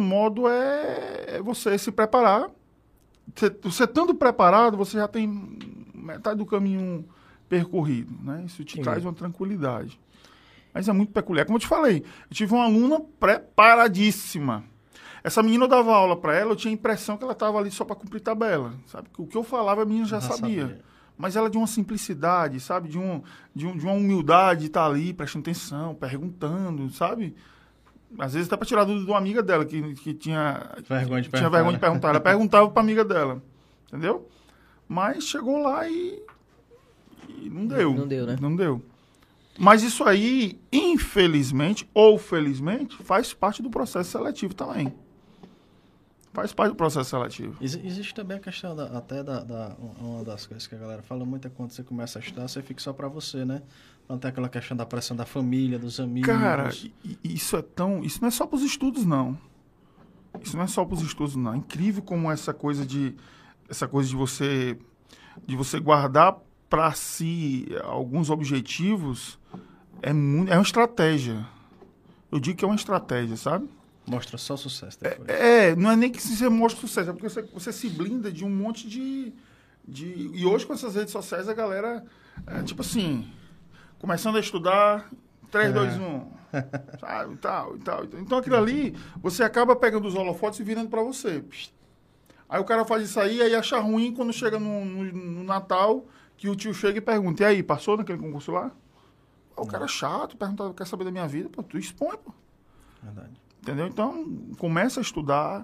é você se preparar. Você estando preparado, você já tem metade do caminho percorrido, né? Isso te traz uma tranquilidade. Mas é muito peculiar. Como eu te falei, eu tive uma aluna preparadíssima. Essa menina, eu dava aula para ela, eu tinha a impressão que ela estava ali só para cumprir tabela. Sabe? O que eu falava, a menina já sabia. Mas ela de uma simplicidade, sabe? De uma humildade, estar ali, prestando atenção, perguntando, sabe? Às vezes até para tirar dúvida de uma amiga dela, que tinha vergonha de perguntar. Ela perguntava para a amiga dela, entendeu? Mas chegou lá e não deu. Não deu, né? Não deu. Mas isso aí, infelizmente ou felizmente, faz parte do processo seletivo também. Faz parte do processo seletivo. Existe também a questão uma das coisas que a galera fala muito é quando você começa a estudar, você fica só pra você, né? Não tem aquela questão da pressão da família, dos amigos. Cara, isso não é só pros estudos, não. Isso não é só pros estudos, não. É incrível como essa coisa de você guardar para si alguns objetivos é uma estratégia. Eu digo que é uma estratégia, sabe? Mostra só sucesso depois. Não é nem que você mostra sucesso, é porque você se blinda de um monte de... E hoje com essas redes sociais a galera, tipo assim, começando a estudar, 3, 2, 1, sabe, tal. Então aquilo ali, você acaba pegando os holofotes e virando para você. Aí o cara faz isso aí acha ruim quando chega no Natal, que o tio chega e pergunta, e aí, passou naquele concurso lá? O cara é chato, pergunta, quer saber da minha vida? Pô, tu expõe, pô. Verdade. Entendeu? Então, começa a estudar,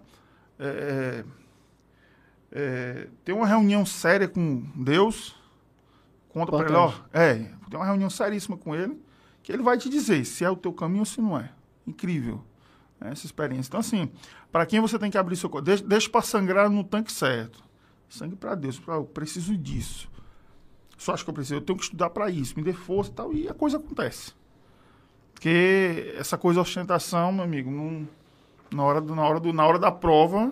tem uma reunião séria com Deus, conta para ele, tem uma reunião seríssima com ele, que ele vai te dizer se é o teu caminho ou se não é. Incrível, né, essa experiência. Então, assim, para quem você tem que abrir seu coração, deixa para sangrar no tanque certo. Sangue para Deus, eu preciso disso. Só acho que eu tenho que estudar para isso, me dê força e tal, e a coisa acontece. Porque essa coisa de ostentação, meu amigo, na hora da prova,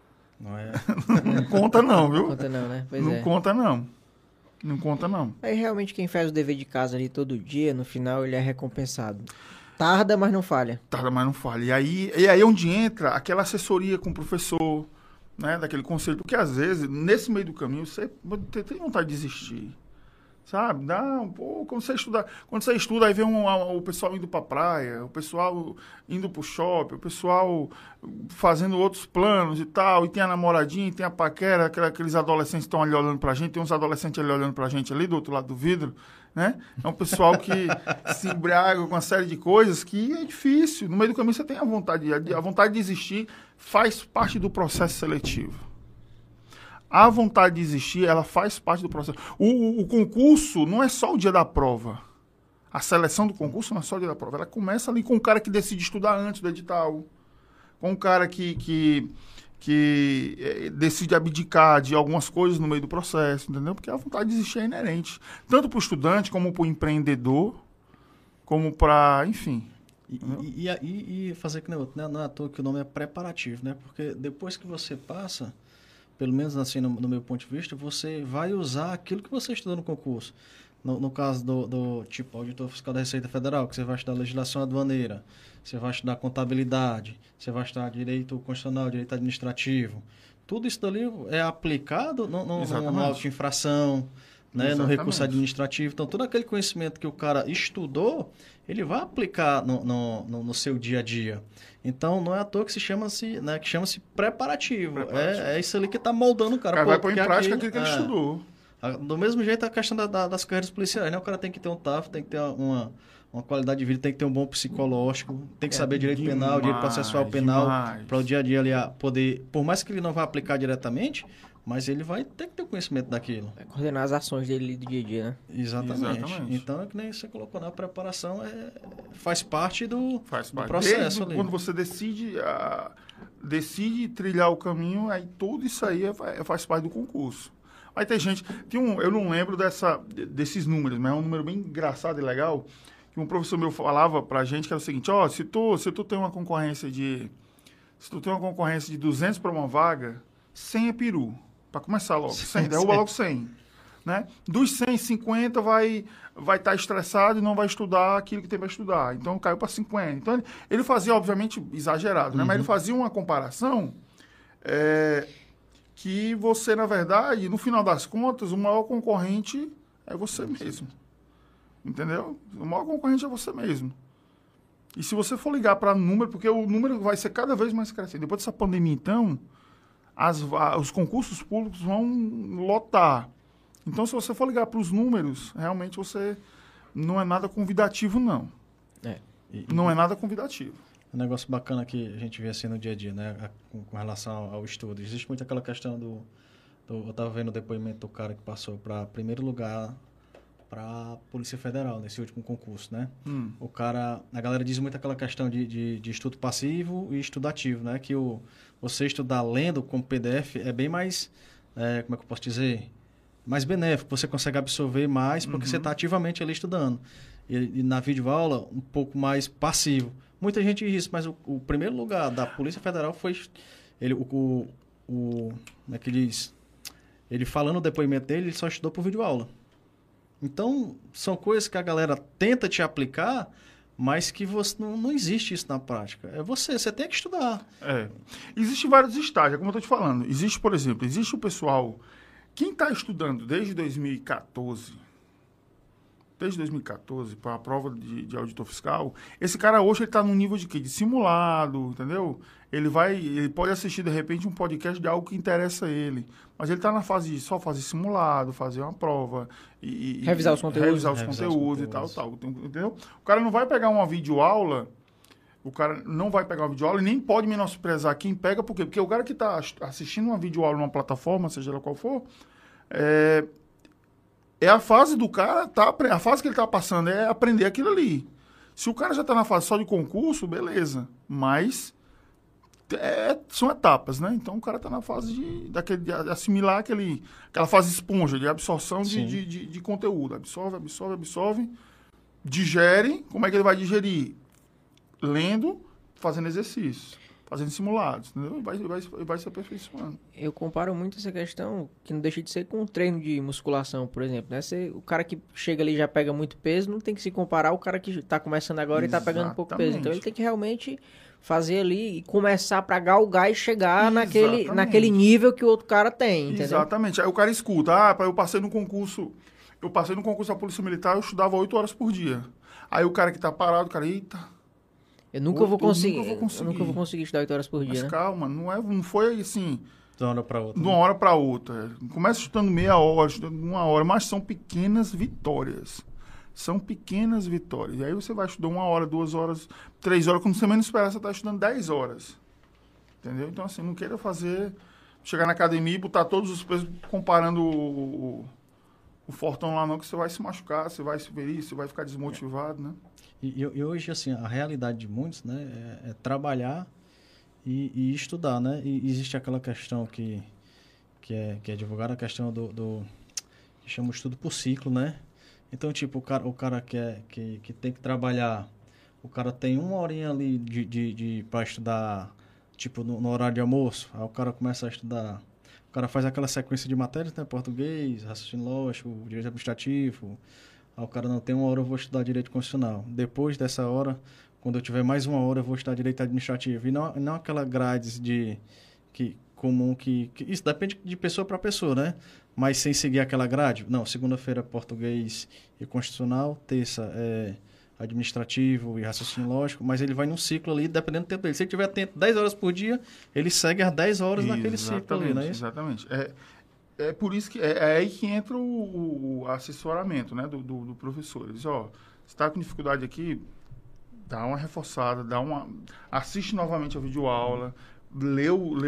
não conta não, viu? Não conta não, né? Pois não conta não. Não conta não. Aí realmente quem faz o dever de casa ali todo dia, no final ele é recompensado. Tarda, mas não falha. Tarda, mas não falha. E aí é onde entra aquela assessoria com o professor, né? Daquele conselho. Porque às vezes, nesse meio do caminho, você tem vontade de desistir. Sabe? Não, pô, quando você estuda, aí vem o pessoal indo pra praia, o pessoal indo pro shopping, o pessoal fazendo outros planos e tal, e tem a namoradinha, tem a paquera, aqueles adolescentes que estão ali olhando pra gente, tem uns adolescentes ali olhando pra gente ali do outro lado do vidro, né? É um pessoal que se embriaga com uma série de coisas que é difícil. No meio do caminho você tem a vontade de existir, faz parte do processo seletivo. A vontade de existir, ela faz parte do processo. O concurso não é só o dia da prova. A seleção do concurso não é só o dia da prova. Ela começa ali com o cara que decide estudar antes do edital. Com o cara que decide abdicar de algumas coisas no meio do processo, entendeu? Porque a vontade de existir é inerente. Tanto para o estudante, como para o empreendedor, como para, enfim... E fazer que não é à toa que o nome é preparativo, né? Porque depois que você passa... Pelo menos assim, no meu ponto de vista, você vai usar aquilo que você estudou no concurso. No caso do tipo auditor fiscal da Receita Federal, que você vai estudar legislação aduaneira, você vai estudar contabilidade, você vai estudar direito constitucional, direito administrativo. Tudo isso dali é aplicado no auto de infração, né, no recurso administrativo. Então, todo aquele conhecimento que o cara estudou, ele vai aplicar no seu dia a dia. Então, não é à toa que chama-se preparativo. É isso ali que está moldando o cara. Vai pôr em prática aquilo que ele estudou. Do mesmo jeito, a questão das carreiras policiais, né? O cara tem que ter um TAF, tem que ter uma qualidade de vida, tem que ter um bom psicológico, tem que saber direito penal, direito processual penal, para o dia a dia ali poder, por mais que ele não vá aplicar diretamente, mas ele vai ter que ter o conhecimento daquilo. É coordenar as ações dele do dia a dia, né? Exatamente. Então, é que nem você colocou na preparação, faz parte do processo ali. Quando você decide trilhar o caminho, aí tudo isso aí faz parte do concurso. Aí tem gente... eu não lembro desses números, mas é um número bem engraçado e legal, que um professor meu falava pra gente, que era o seguinte, se tu tem uma concorrência de... Se tu tem uma concorrência de 200 para uma vaga, 100 é peru. Para começar logo. 100, derruba logo 100. Né? Dos 100, 50 vai estar estressado e não vai estudar aquilo que tem para estudar. Então, caiu para 50. Então, ele fazia, obviamente, exagerado, né? Mas ele fazia uma comparação que você, na verdade, no final das contas, o maior concorrente é você mesmo. Entendeu? O maior concorrente é você mesmo. E se você for ligar para número, porque o número vai ser cada vez mais crescente. Depois dessa pandemia, então, os concursos públicos vão lotar. Então, se você for ligar para os números, realmente você não é nada convidativo, não. Não é nada convidativo. Um negócio bacana que a gente vê assim no dia a dia, né? Com relação ao estudo. Existe muito aquela questão eu estava vendo o depoimento do cara que passou para primeiro lugar para a Polícia Federal, nesse último concurso, né? A galera diz muito aquela questão de estudo passivo e estudo ativo, né? Que você estudar lendo como PDF é bem mais, como é que eu posso dizer? Mais benéfico, você consegue absorver mais porque você está ativamente ali estudando. E na videoaula, um pouco mais passivo. Muita gente diz isso, mas o primeiro lugar da Polícia Federal foi como é que diz? Ele falando o depoimento dele, ele só estudou por videoaula. Então, são coisas que a galera tenta te aplicar, mas que não existe isso na prática. Você tem que estudar. Existem vários estágios, como eu estou te falando. Existe, por exemplo, o pessoal... Quem está estudando desde 2014 para a prova de auditor fiscal, esse cara hoje ele está num nível de quê? De simulado, entendeu? Ele pode assistir, de repente, um podcast de algo que interessa a ele. Mas ele está na fase de só fazer simulado, fazer uma prova. Revisar os conteúdos. E tal. Entendeu? O cara não vai pegar uma videoaula... e nem pode menosprezar quem pega. Por quê? Porque o cara que está assistindo uma videoaula numa plataforma, seja ela qual for, é a fase do cara, a fase que ele está passando é aprender aquilo ali. Se o cara já está na fase só de concurso, beleza. Mas são etapas, né? Então o cara está na fase de assimilar aquela fase esponja, de absorção de conteúdo. Absorve, digere. Como é que ele vai digerir? Lendo, fazendo exercícios, fazendo simulados, entendeu? Vai se aperfeiçoando. Eu comparo muito essa questão, que não deixa de ser com um treino de musculação, por exemplo, né? O cara que chega ali e já pega muito peso, não tem que se comparar ao cara que está começando agora e está pegando pouco peso. Então ele tem que realmente fazer ali e começar para galgar e chegar naquele nível que o outro cara tem, entendeu? Exatamente. Aí o cara escuta, eu passei no concurso da Polícia Militar, eu estudava 8 horas por dia. Aí o cara que está parado, eita... Eu nunca vou conseguir estudar 8 horas por dia, Mas calma, não foi assim... De uma hora para outra. De uma hora para outra. Começa estudando meia hora, estudando 1 hora, mas são pequenas vitórias. E aí você vai estudar 1 hora, 2 horas, 3 horas, quando você menos esperar, você está estudando 10 horas. Entendeu? Então, assim, não queira chegar na academia e botar todos os pesos comparando o fortão lá não, que você vai se machucar, você vai se ferir, você vai ficar desmotivado, né? E hoje, assim, a realidade de muitos, né, é trabalhar e estudar, né? E existe aquela questão que é divulgada, a questão que chama o estudo por ciclo, né? Então, tipo, o cara que tem que trabalhar, o cara tem 1 horinha ali para estudar, tipo, no horário de almoço, aí o cara começa a estudar, o cara faz aquela sequência de matérias, né? Português, raciocínio lógico, direito administrativo. O cara não tem 1 hora, eu vou estudar direito constitucional. Depois dessa hora, quando eu tiver mais 1 hora, eu vou estudar direito administrativo. E não aquela grades comum que... Isso depende de pessoa para pessoa, né? Mas sem seguir aquela grade. Não, segunda-feira português e constitucional, terça administrativo e raciocínio lógico, mas ele vai num ciclo ali, dependendo do tempo dele. Se ele tiver tempo 10 horas por dia, ele segue as 10 horas naquele ciclo ali, não é isso? Exatamente. É por isso que é aí que entra o assessoramento, né, do professor. Ele diz, você está com dificuldade aqui, dá uma reforçada, assiste novamente a videoaula, ler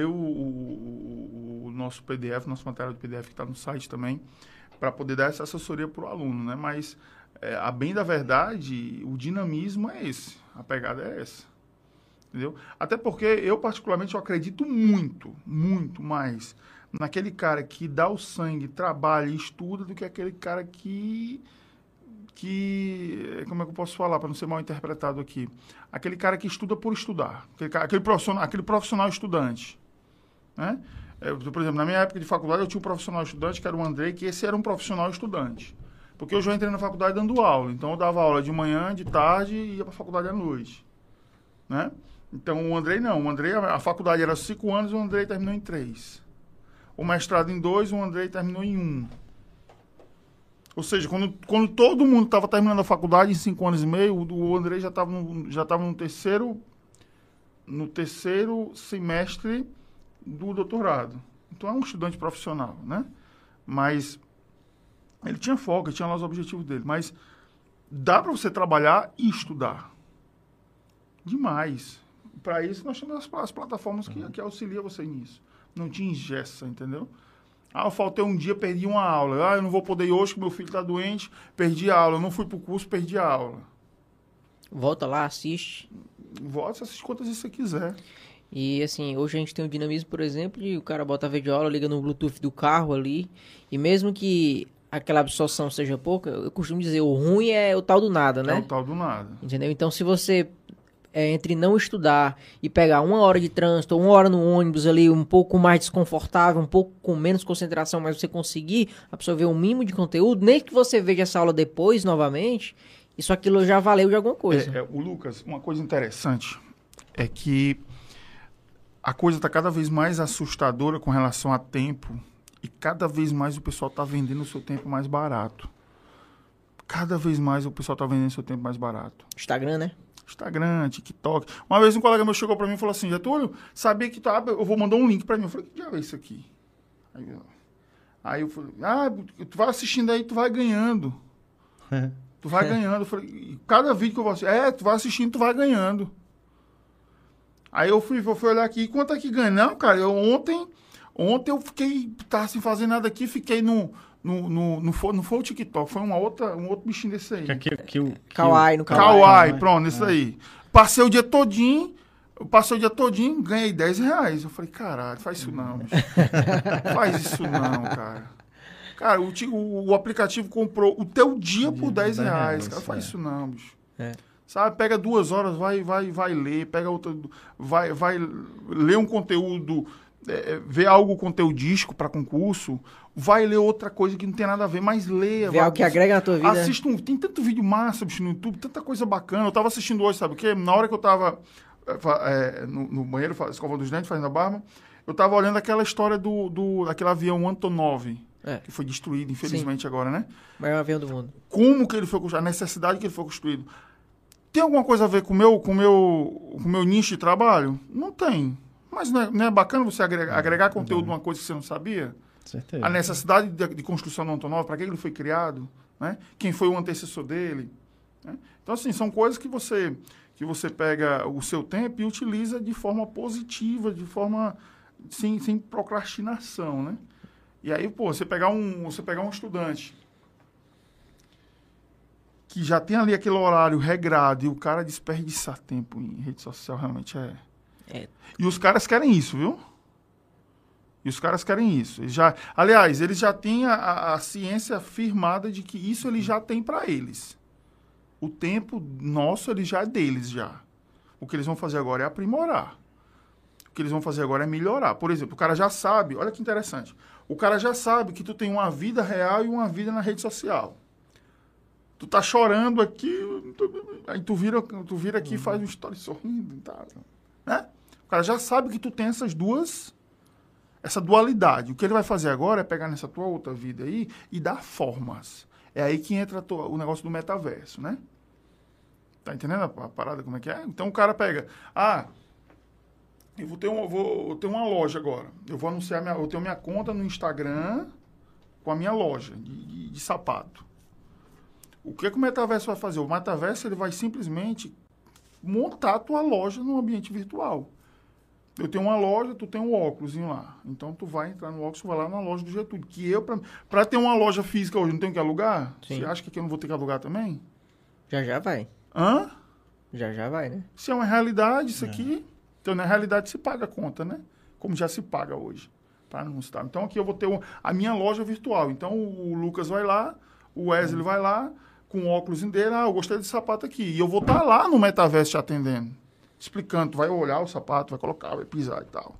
o nosso PDF, nosso material de PDF que está no site também, para poder dar essa assessoria para o aluno, né? Mas, a bem da verdade, o dinamismo é esse, a pegada é essa, entendeu? Até porque eu, particularmente, eu acredito muito mais naquele cara que dá o sangue, trabalha e estuda, do que aquele cara que como é que eu posso falar, para não ser mal interpretado aqui, aquele cara que estuda por estudar, aquele profissional estudante, né? Por exemplo, na minha época de faculdade, eu tinha um profissional estudante, que era o Andrei, que esse era um profissional estudante. Porque eu já entrei na faculdade dando aula. Então, eu dava aula de manhã, de tarde e ia para a faculdade à noite, né? Então, o Andrei não. O Andrei, a faculdade era 5 anos, o Andrei terminou em 3. O mestrado em 2, o Andrei terminou em 1. Ou seja, quando todo mundo estava terminando a faculdade em 5 anos e meio, o Andrei já estava no terceiro semestre do doutorado. Então, é um estudante profissional, né? Mas ele tinha foco, ele tinha lá os objetivos dele. Mas dá para você trabalhar e estudar. Demais. Para isso, nós temos as plataformas que auxiliam você nisso. Não te engessa, entendeu? Eu faltei um dia, perdi uma aula. Eu não vou poder ir hoje porque meu filho está doente, perdi a aula. Eu não fui para o curso, perdi a aula. Volta lá, assiste. Volta, assiste quantas vezes você quiser. E assim, hoje a gente tem o dinamismo, por exemplo, de o cara bota a videoaula, liga no Bluetooth do carro ali, e mesmo que aquela absorção seja pouca, eu costumo dizer, o ruim é o tal do nada, né? É o tal do nada. Entendeu? Então, se você, entre não estudar e pegar 1 hora de trânsito, ou 1 hora no ônibus ali, um pouco mais desconfortável, um pouco com menos concentração, mas você conseguir absorver um mínimo de conteúdo, nem que você veja essa aula depois, novamente, isso aquilo já valeu de alguma coisa. O Lucas, uma coisa interessante é que a coisa está cada vez mais assustadora com relação a tempo e cada vez mais o pessoal está vendendo o seu tempo mais barato. Cada vez mais o pessoal está vendendo o seu tempo mais barato. Instagram, né? Instagram, TikTok. Uma vez um colega meu chegou para mim e falou assim, Getúlio, sabia que eu vou mandar um link para mim. Eu falei, que diabo é isso aqui? Aí eu falei, tu vai assistindo aí, tu vai ganhando. Tu vai ganhando. Eu falei, cada vídeo que eu vou assistir, tu vai assistindo, tu vai ganhando. Aí eu fui olhar aqui, quanto é que ganha? Não, cara, ontem eu fiquei, tava sem fazer nada aqui, fiquei não foi o TikTok, foi um outro bichinho desse aí. Kawaii, no Kawaii, pronto, isso aí. Passei o dia todinho, ganhei R$10. Eu falei, caralho, faz isso não, bicho. Faz isso não, cara. Cara, o aplicativo comprou o teu dia por R$10, cara, faz isso não, bicho. Sabe, pega 2 horas, vai ler, pega outra, vai ler um conteúdo, ver algo conteudístico para concurso, vai ler outra coisa que não tem nada a ver, mas leia. Vê algo que agrega na tua vida. Assista tem tanto vídeo massa, bicho, no YouTube, tanta coisa bacana. Eu tava assistindo hoje, sabe o quê? Na hora que eu tava no banheiro, escovando os dentes, fazendo a barba, eu tava olhando aquela história daquele avião Antonov, que foi destruído, infelizmente. Sim. Agora, né? O maior avião do mundo. Como que ele foi construído, a necessidade que ele foi construído. Tem alguma coisa a ver com o meu nicho de trabalho? Não tem. Mas não é bacana você agregar conteúdo de uma coisa que você não sabia? Certeza. A necessidade de construção do Antonov, para que ele foi criado, né? Quem foi o antecessor dele. Né? Então, assim, são coisas que você pega o seu tempo e utiliza de forma positiva, de forma sem procrastinação, né? E aí, você pegar um estudante que já tem ali aquele horário regrado e o cara desperdiçar tempo em rede social, realmente E os caras querem isso, viu? Eles já têm a ciência afirmada de que isso eles já têm para eles. O tempo nosso, ele já é deles, já. O que eles vão fazer agora é aprimorar. O que eles vão fazer agora é melhorar. Por exemplo, o cara já sabe, olha que interessante, o cara já sabe que tu tem uma vida real e uma vida na rede social. Tu tá chorando aqui, aí tu vira aqui e faz um story sorrindo e tal, né? O cara já sabe que tu tem essa dualidade. O que ele vai fazer agora é pegar nessa tua outra vida aí e dar formas. É aí que entra o negócio do metaverso, né? Tá entendendo a parada como é que é? Então o cara pega, eu vou ter uma loja agora. Eu vou anunciar, eu tenho minha conta no Instagram com a minha loja de sapato. O que o metaverso vai fazer? O metaverso ele vai simplesmente montar a tua loja num ambiente virtual. Eu tenho uma loja, tu tem um óculosinho lá. Então, tu vai entrar no óculos, tu vai lá na loja do Getúlio. Que eu, pra ter uma loja física hoje, não tenho que alugar? Sim. Você acha que aqui eu não vou ter que alugar também? Já vai. Hã? Já vai, né? Se é uma realidade isso aqui, então na realidade se paga a conta, né? Como já se paga hoje. Para anúncio, tá? Então aqui eu vou ter a minha loja virtual. Então o Lucas vai lá, o Wesley vai lá, com o óculos dele, eu gostei desse sapato aqui. E eu vou estar lá no metaverso te atendendo. Explicando, tu vai olhar o sapato, vai colocar, vai pisar e tal.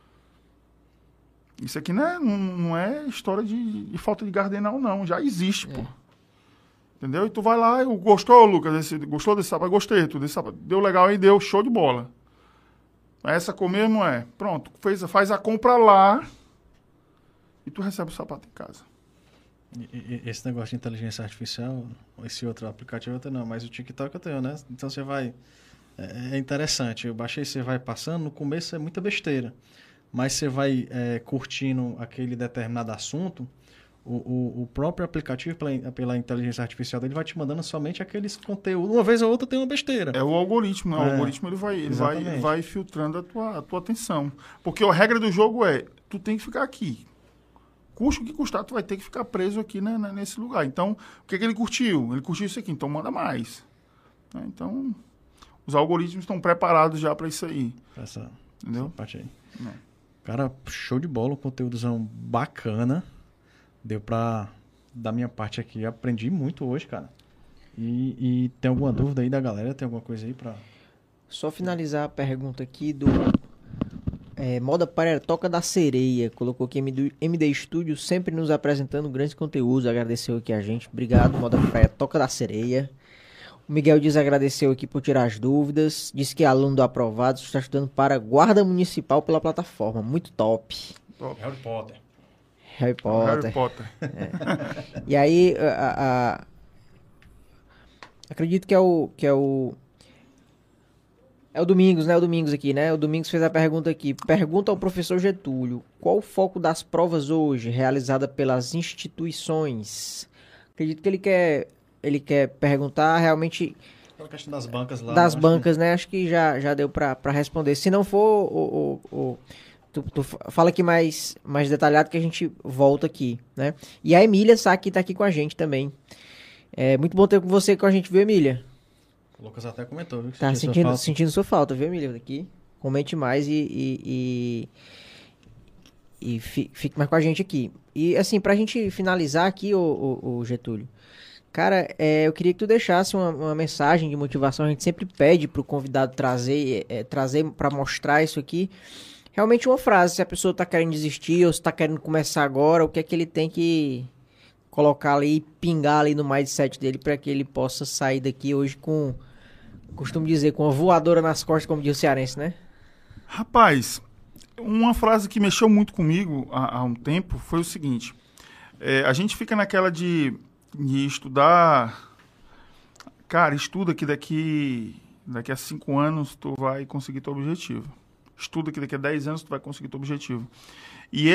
Isso aqui não é história de falta de gardenal, não. Já existe, pô. Entendeu? E tu vai lá, gostou, Lucas? Gostou desse sapato? Gostei, tudo desse sapato. Deu legal aí, deu, show de bola. Essa cor mesmo é. Pronto, faz a compra lá e tu recebe o sapato em casa. Esse negócio de inteligência artificial, esse outro aplicativo eu tenho não, mas o TikTok eu tenho, né? Então você vai... É interessante, eu baixei, você vai passando, no começo é muita besteira, mas você vai curtindo aquele determinado assunto, o próprio aplicativo, pela inteligência artificial dele, vai te mandando somente aqueles conteúdos. Uma vez ou outra tem uma besteira. É o algoritmo, né? O algoritmo ele vai filtrando a tua atenção. Porque a regra do jogo tu tem que ficar aqui. Custa o que custar, tu vai ter que ficar preso aqui, né, nesse lugar. Então, o que ele curtiu? Ele curtiu isso aqui, então manda mais. Então, os algoritmos estão preparados já para isso aí. Entendeu? Essa parte aí. Cara, show de bola, um conteúdozão bacana. Deu pra... Da minha parte aqui, aprendi muito hoje, cara. E tem alguma dúvida aí da galera? Tem alguma coisa aí pra... Só finalizar a pergunta aqui do... Moda para Toca da Sereia. Colocou aqui MD Studio, sempre nos apresentando grandes conteúdos. Agradeceu aqui a gente. Obrigado, Moda para Toca da Sereia. O Miguel diz agradeceu aqui por tirar as dúvidas. Diz que é aluno do aprovado, está estudando para Guarda Municipal pela plataforma. Muito top. Harry Potter. E aí, acredito que é o Domingos, né? O Domingos aqui, né? O Domingos fez a pergunta aqui. Pergunta ao professor Getúlio. Qual o foco das provas hoje, realizada pelas instituições? Acredito que ele quer perguntar realmente... A questão das bancas lá. Das bancas, né? Acho que já deu pra responder. Se não for, tu fala aqui mais detalhado que a gente volta aqui, né? E a Emília Sá tá aqui com a gente também. É muito bom ter com você com a gente, viu, Emília? O Lucas até comentou, viu? Tá sentindo sua falta, viu, Emília? Aqui. Comente mais e fique mais com a gente aqui. E assim, pra gente finalizar aqui, o Getúlio, cara, eu queria que tu deixasse uma mensagem de motivação. A gente sempre pede pro convidado trazer pra mostrar isso aqui. Realmente uma frase, se a pessoa tá querendo desistir ou se tá querendo começar agora, o que é que ele tem que colocar ali e pingar ali no mindset dele para que ele possa sair daqui hoje com, costumo dizer, com uma voadora nas costas, como diz o cearense, né? Rapaz, uma frase que mexeu muito comigo há um tempo foi o seguinte. A gente fica naquela de estudar. Cara, estuda que daqui a 5 anos tu vai conseguir teu objetivo. Estuda que daqui a 10 anos tu vai conseguir teu objetivo. E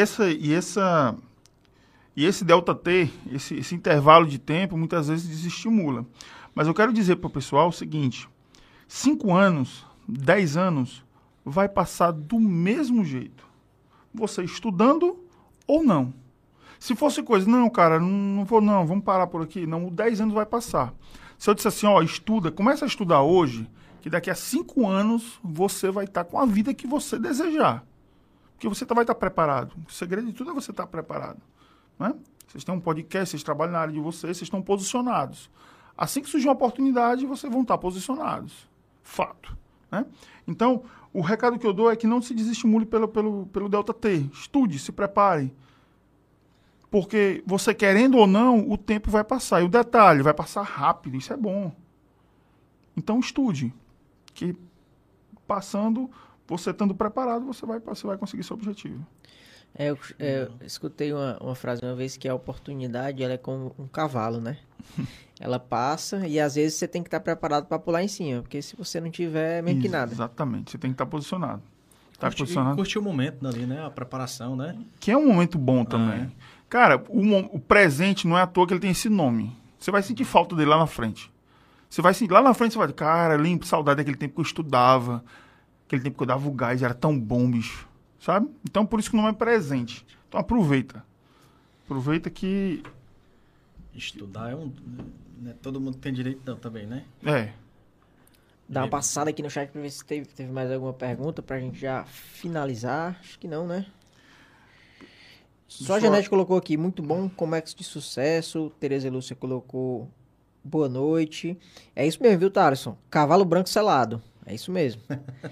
esse delta T, esse intervalo de tempo, muitas vezes desestimula. Mas eu quero dizer para o pessoal o seguinte: 5 anos, 10 anos, vai passar do mesmo jeito. Você estudando ou não. Se fosse coisa, não, cara, não vou não, vamos parar por aqui. Não, 10 anos vai passar. Se eu disser assim, estuda, começa a estudar hoje, que daqui a 5 anos você vai estar com a vida que você desejar. Porque você vai estar preparado. O segredo de tudo é você estar preparado. Né? Vocês têm um podcast, vocês trabalham na área de vocês estão posicionados. Assim que surgir uma oportunidade, vocês vão estar posicionados. Fato. Né? Então, o recado que eu dou é que não se desestimule pelo delta T. Estude, se prepare. Porque você querendo ou não, o tempo vai passar. E o detalhe, vai passar rápido. Isso é bom. Então, estude. Que passando, você estando preparado, você vai conseguir seu objetivo. Eu escutei uma frase uma vez que a oportunidade ela é como um cavalo, né? Ela passa e às vezes você tem que estar preparado para pular em cima, porque se você não tiver, é meio que nada. Exatamente, você tem que estar posicionado. Curtir o momento ali, né? A preparação, né? Que é um momento bom também. Cara, o presente não é à toa que ele tem esse nome. Você vai sentir falta dele lá na frente. Você vai sentir lá na frente, você vai dizer, cara, limpo, saudade daquele tempo que eu estudava. aquele tempo que eu dava o gás, era tão bom, bicho, sabe? Então, por isso que não é presente. Então, aproveita. Aproveita que... Estudar né, todo mundo tem direito não, também, né? Dá uma passada aqui no chat pra ver se teve mais alguma pergunta pra gente já finalizar. Acho que não, né? Só a Janete colocou aqui, muito bom, Comex de sucesso. Tereza Lúcia colocou, boa noite. É isso mesmo, viu, Thaleson? Cavalo branco selado. É isso mesmo.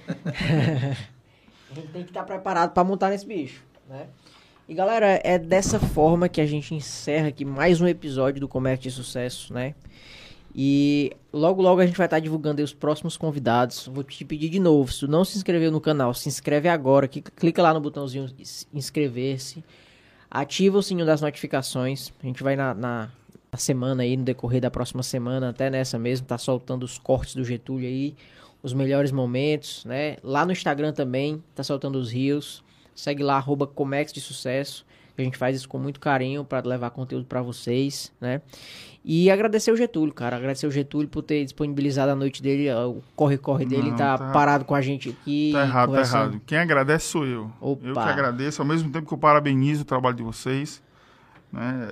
A gente tem que estar preparado pra montar nesse bicho, né? E galera, é dessa forma que a gente encerra aqui mais um episódio do Comex de Sucesso, né? E logo logo a gente vai estar divulgando aí os próximos convidados. Vou te pedir de novo, se tu não se inscreveu no canal, se inscreve agora, clica lá no botãozinho inscrever-se, ativa o sininho das notificações. A gente vai na semana aí, no decorrer da próxima semana, até nessa mesmo, tá soltando os cortes do Getúlio aí, os melhores momentos, né? Lá no Instagram também, tá soltando os reels. Segue lá, @Comex de Sucesso. A gente faz isso com muito carinho para levar conteúdo para vocês, né? E agradecer o Getúlio, cara. Agradecer o Getúlio por ter disponibilizado a noite dele, o corre-corre dele, tá parado com a gente aqui. Tá errado. Quem agradece sou eu. Opa. Eu que agradeço, ao mesmo tempo que eu parabenizo o trabalho de vocês. Né?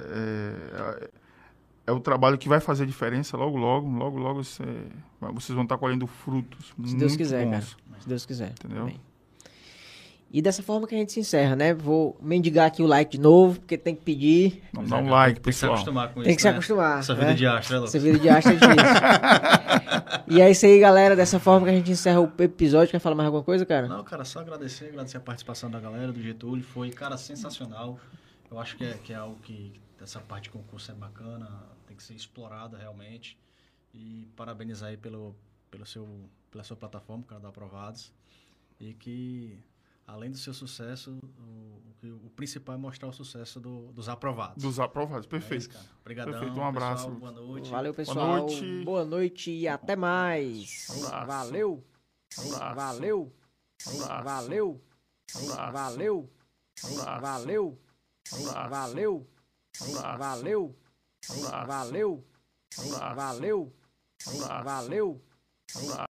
É o trabalho que vai fazer diferença logo vocês vão estar colhendo frutos. Se Deus quiser, bons. cara. Se Deus quiser. Entendeu? Bem. E dessa forma que a gente se encerra, né? Vou mendigar aqui o like de novo, porque tem que pedir. Vamos dar um like, pessoal. Tem que se acostumar com isso, Tem que se acostumar. Essa vida de astro, é louco. Essa vida de astro é difícil. E é isso aí, galera. Dessa forma que a gente encerra o episódio. Quer falar mais alguma coisa, cara? Não, cara, só agradecer a participação da galera, do Getúlio. Foi, cara, sensacional. Eu acho que é algo que essa parte de concurso é bacana, tem que ser explorada realmente. E parabenizar aí pela sua plataforma, cara, da Aprovados. E que... Além do seu sucesso, o principal é mostrar o sucesso dos aprovados. Dos aprovados, perfeito. É isso, cara. Obrigadão, perfeito, um abraço. Pessoal, boa noite. Valeu, pessoal. Boa noite e até mais. Um abraço. Valeu. Um abraço. Valeu. Um abraço. Valeu. Um abraço. Valeu. Um abraço. Valeu. Um abraço. Valeu. Um abraço. Valeu. Um abraço. Valeu. Um abraço. Valeu. Um abraço. Valeu. Um abraço.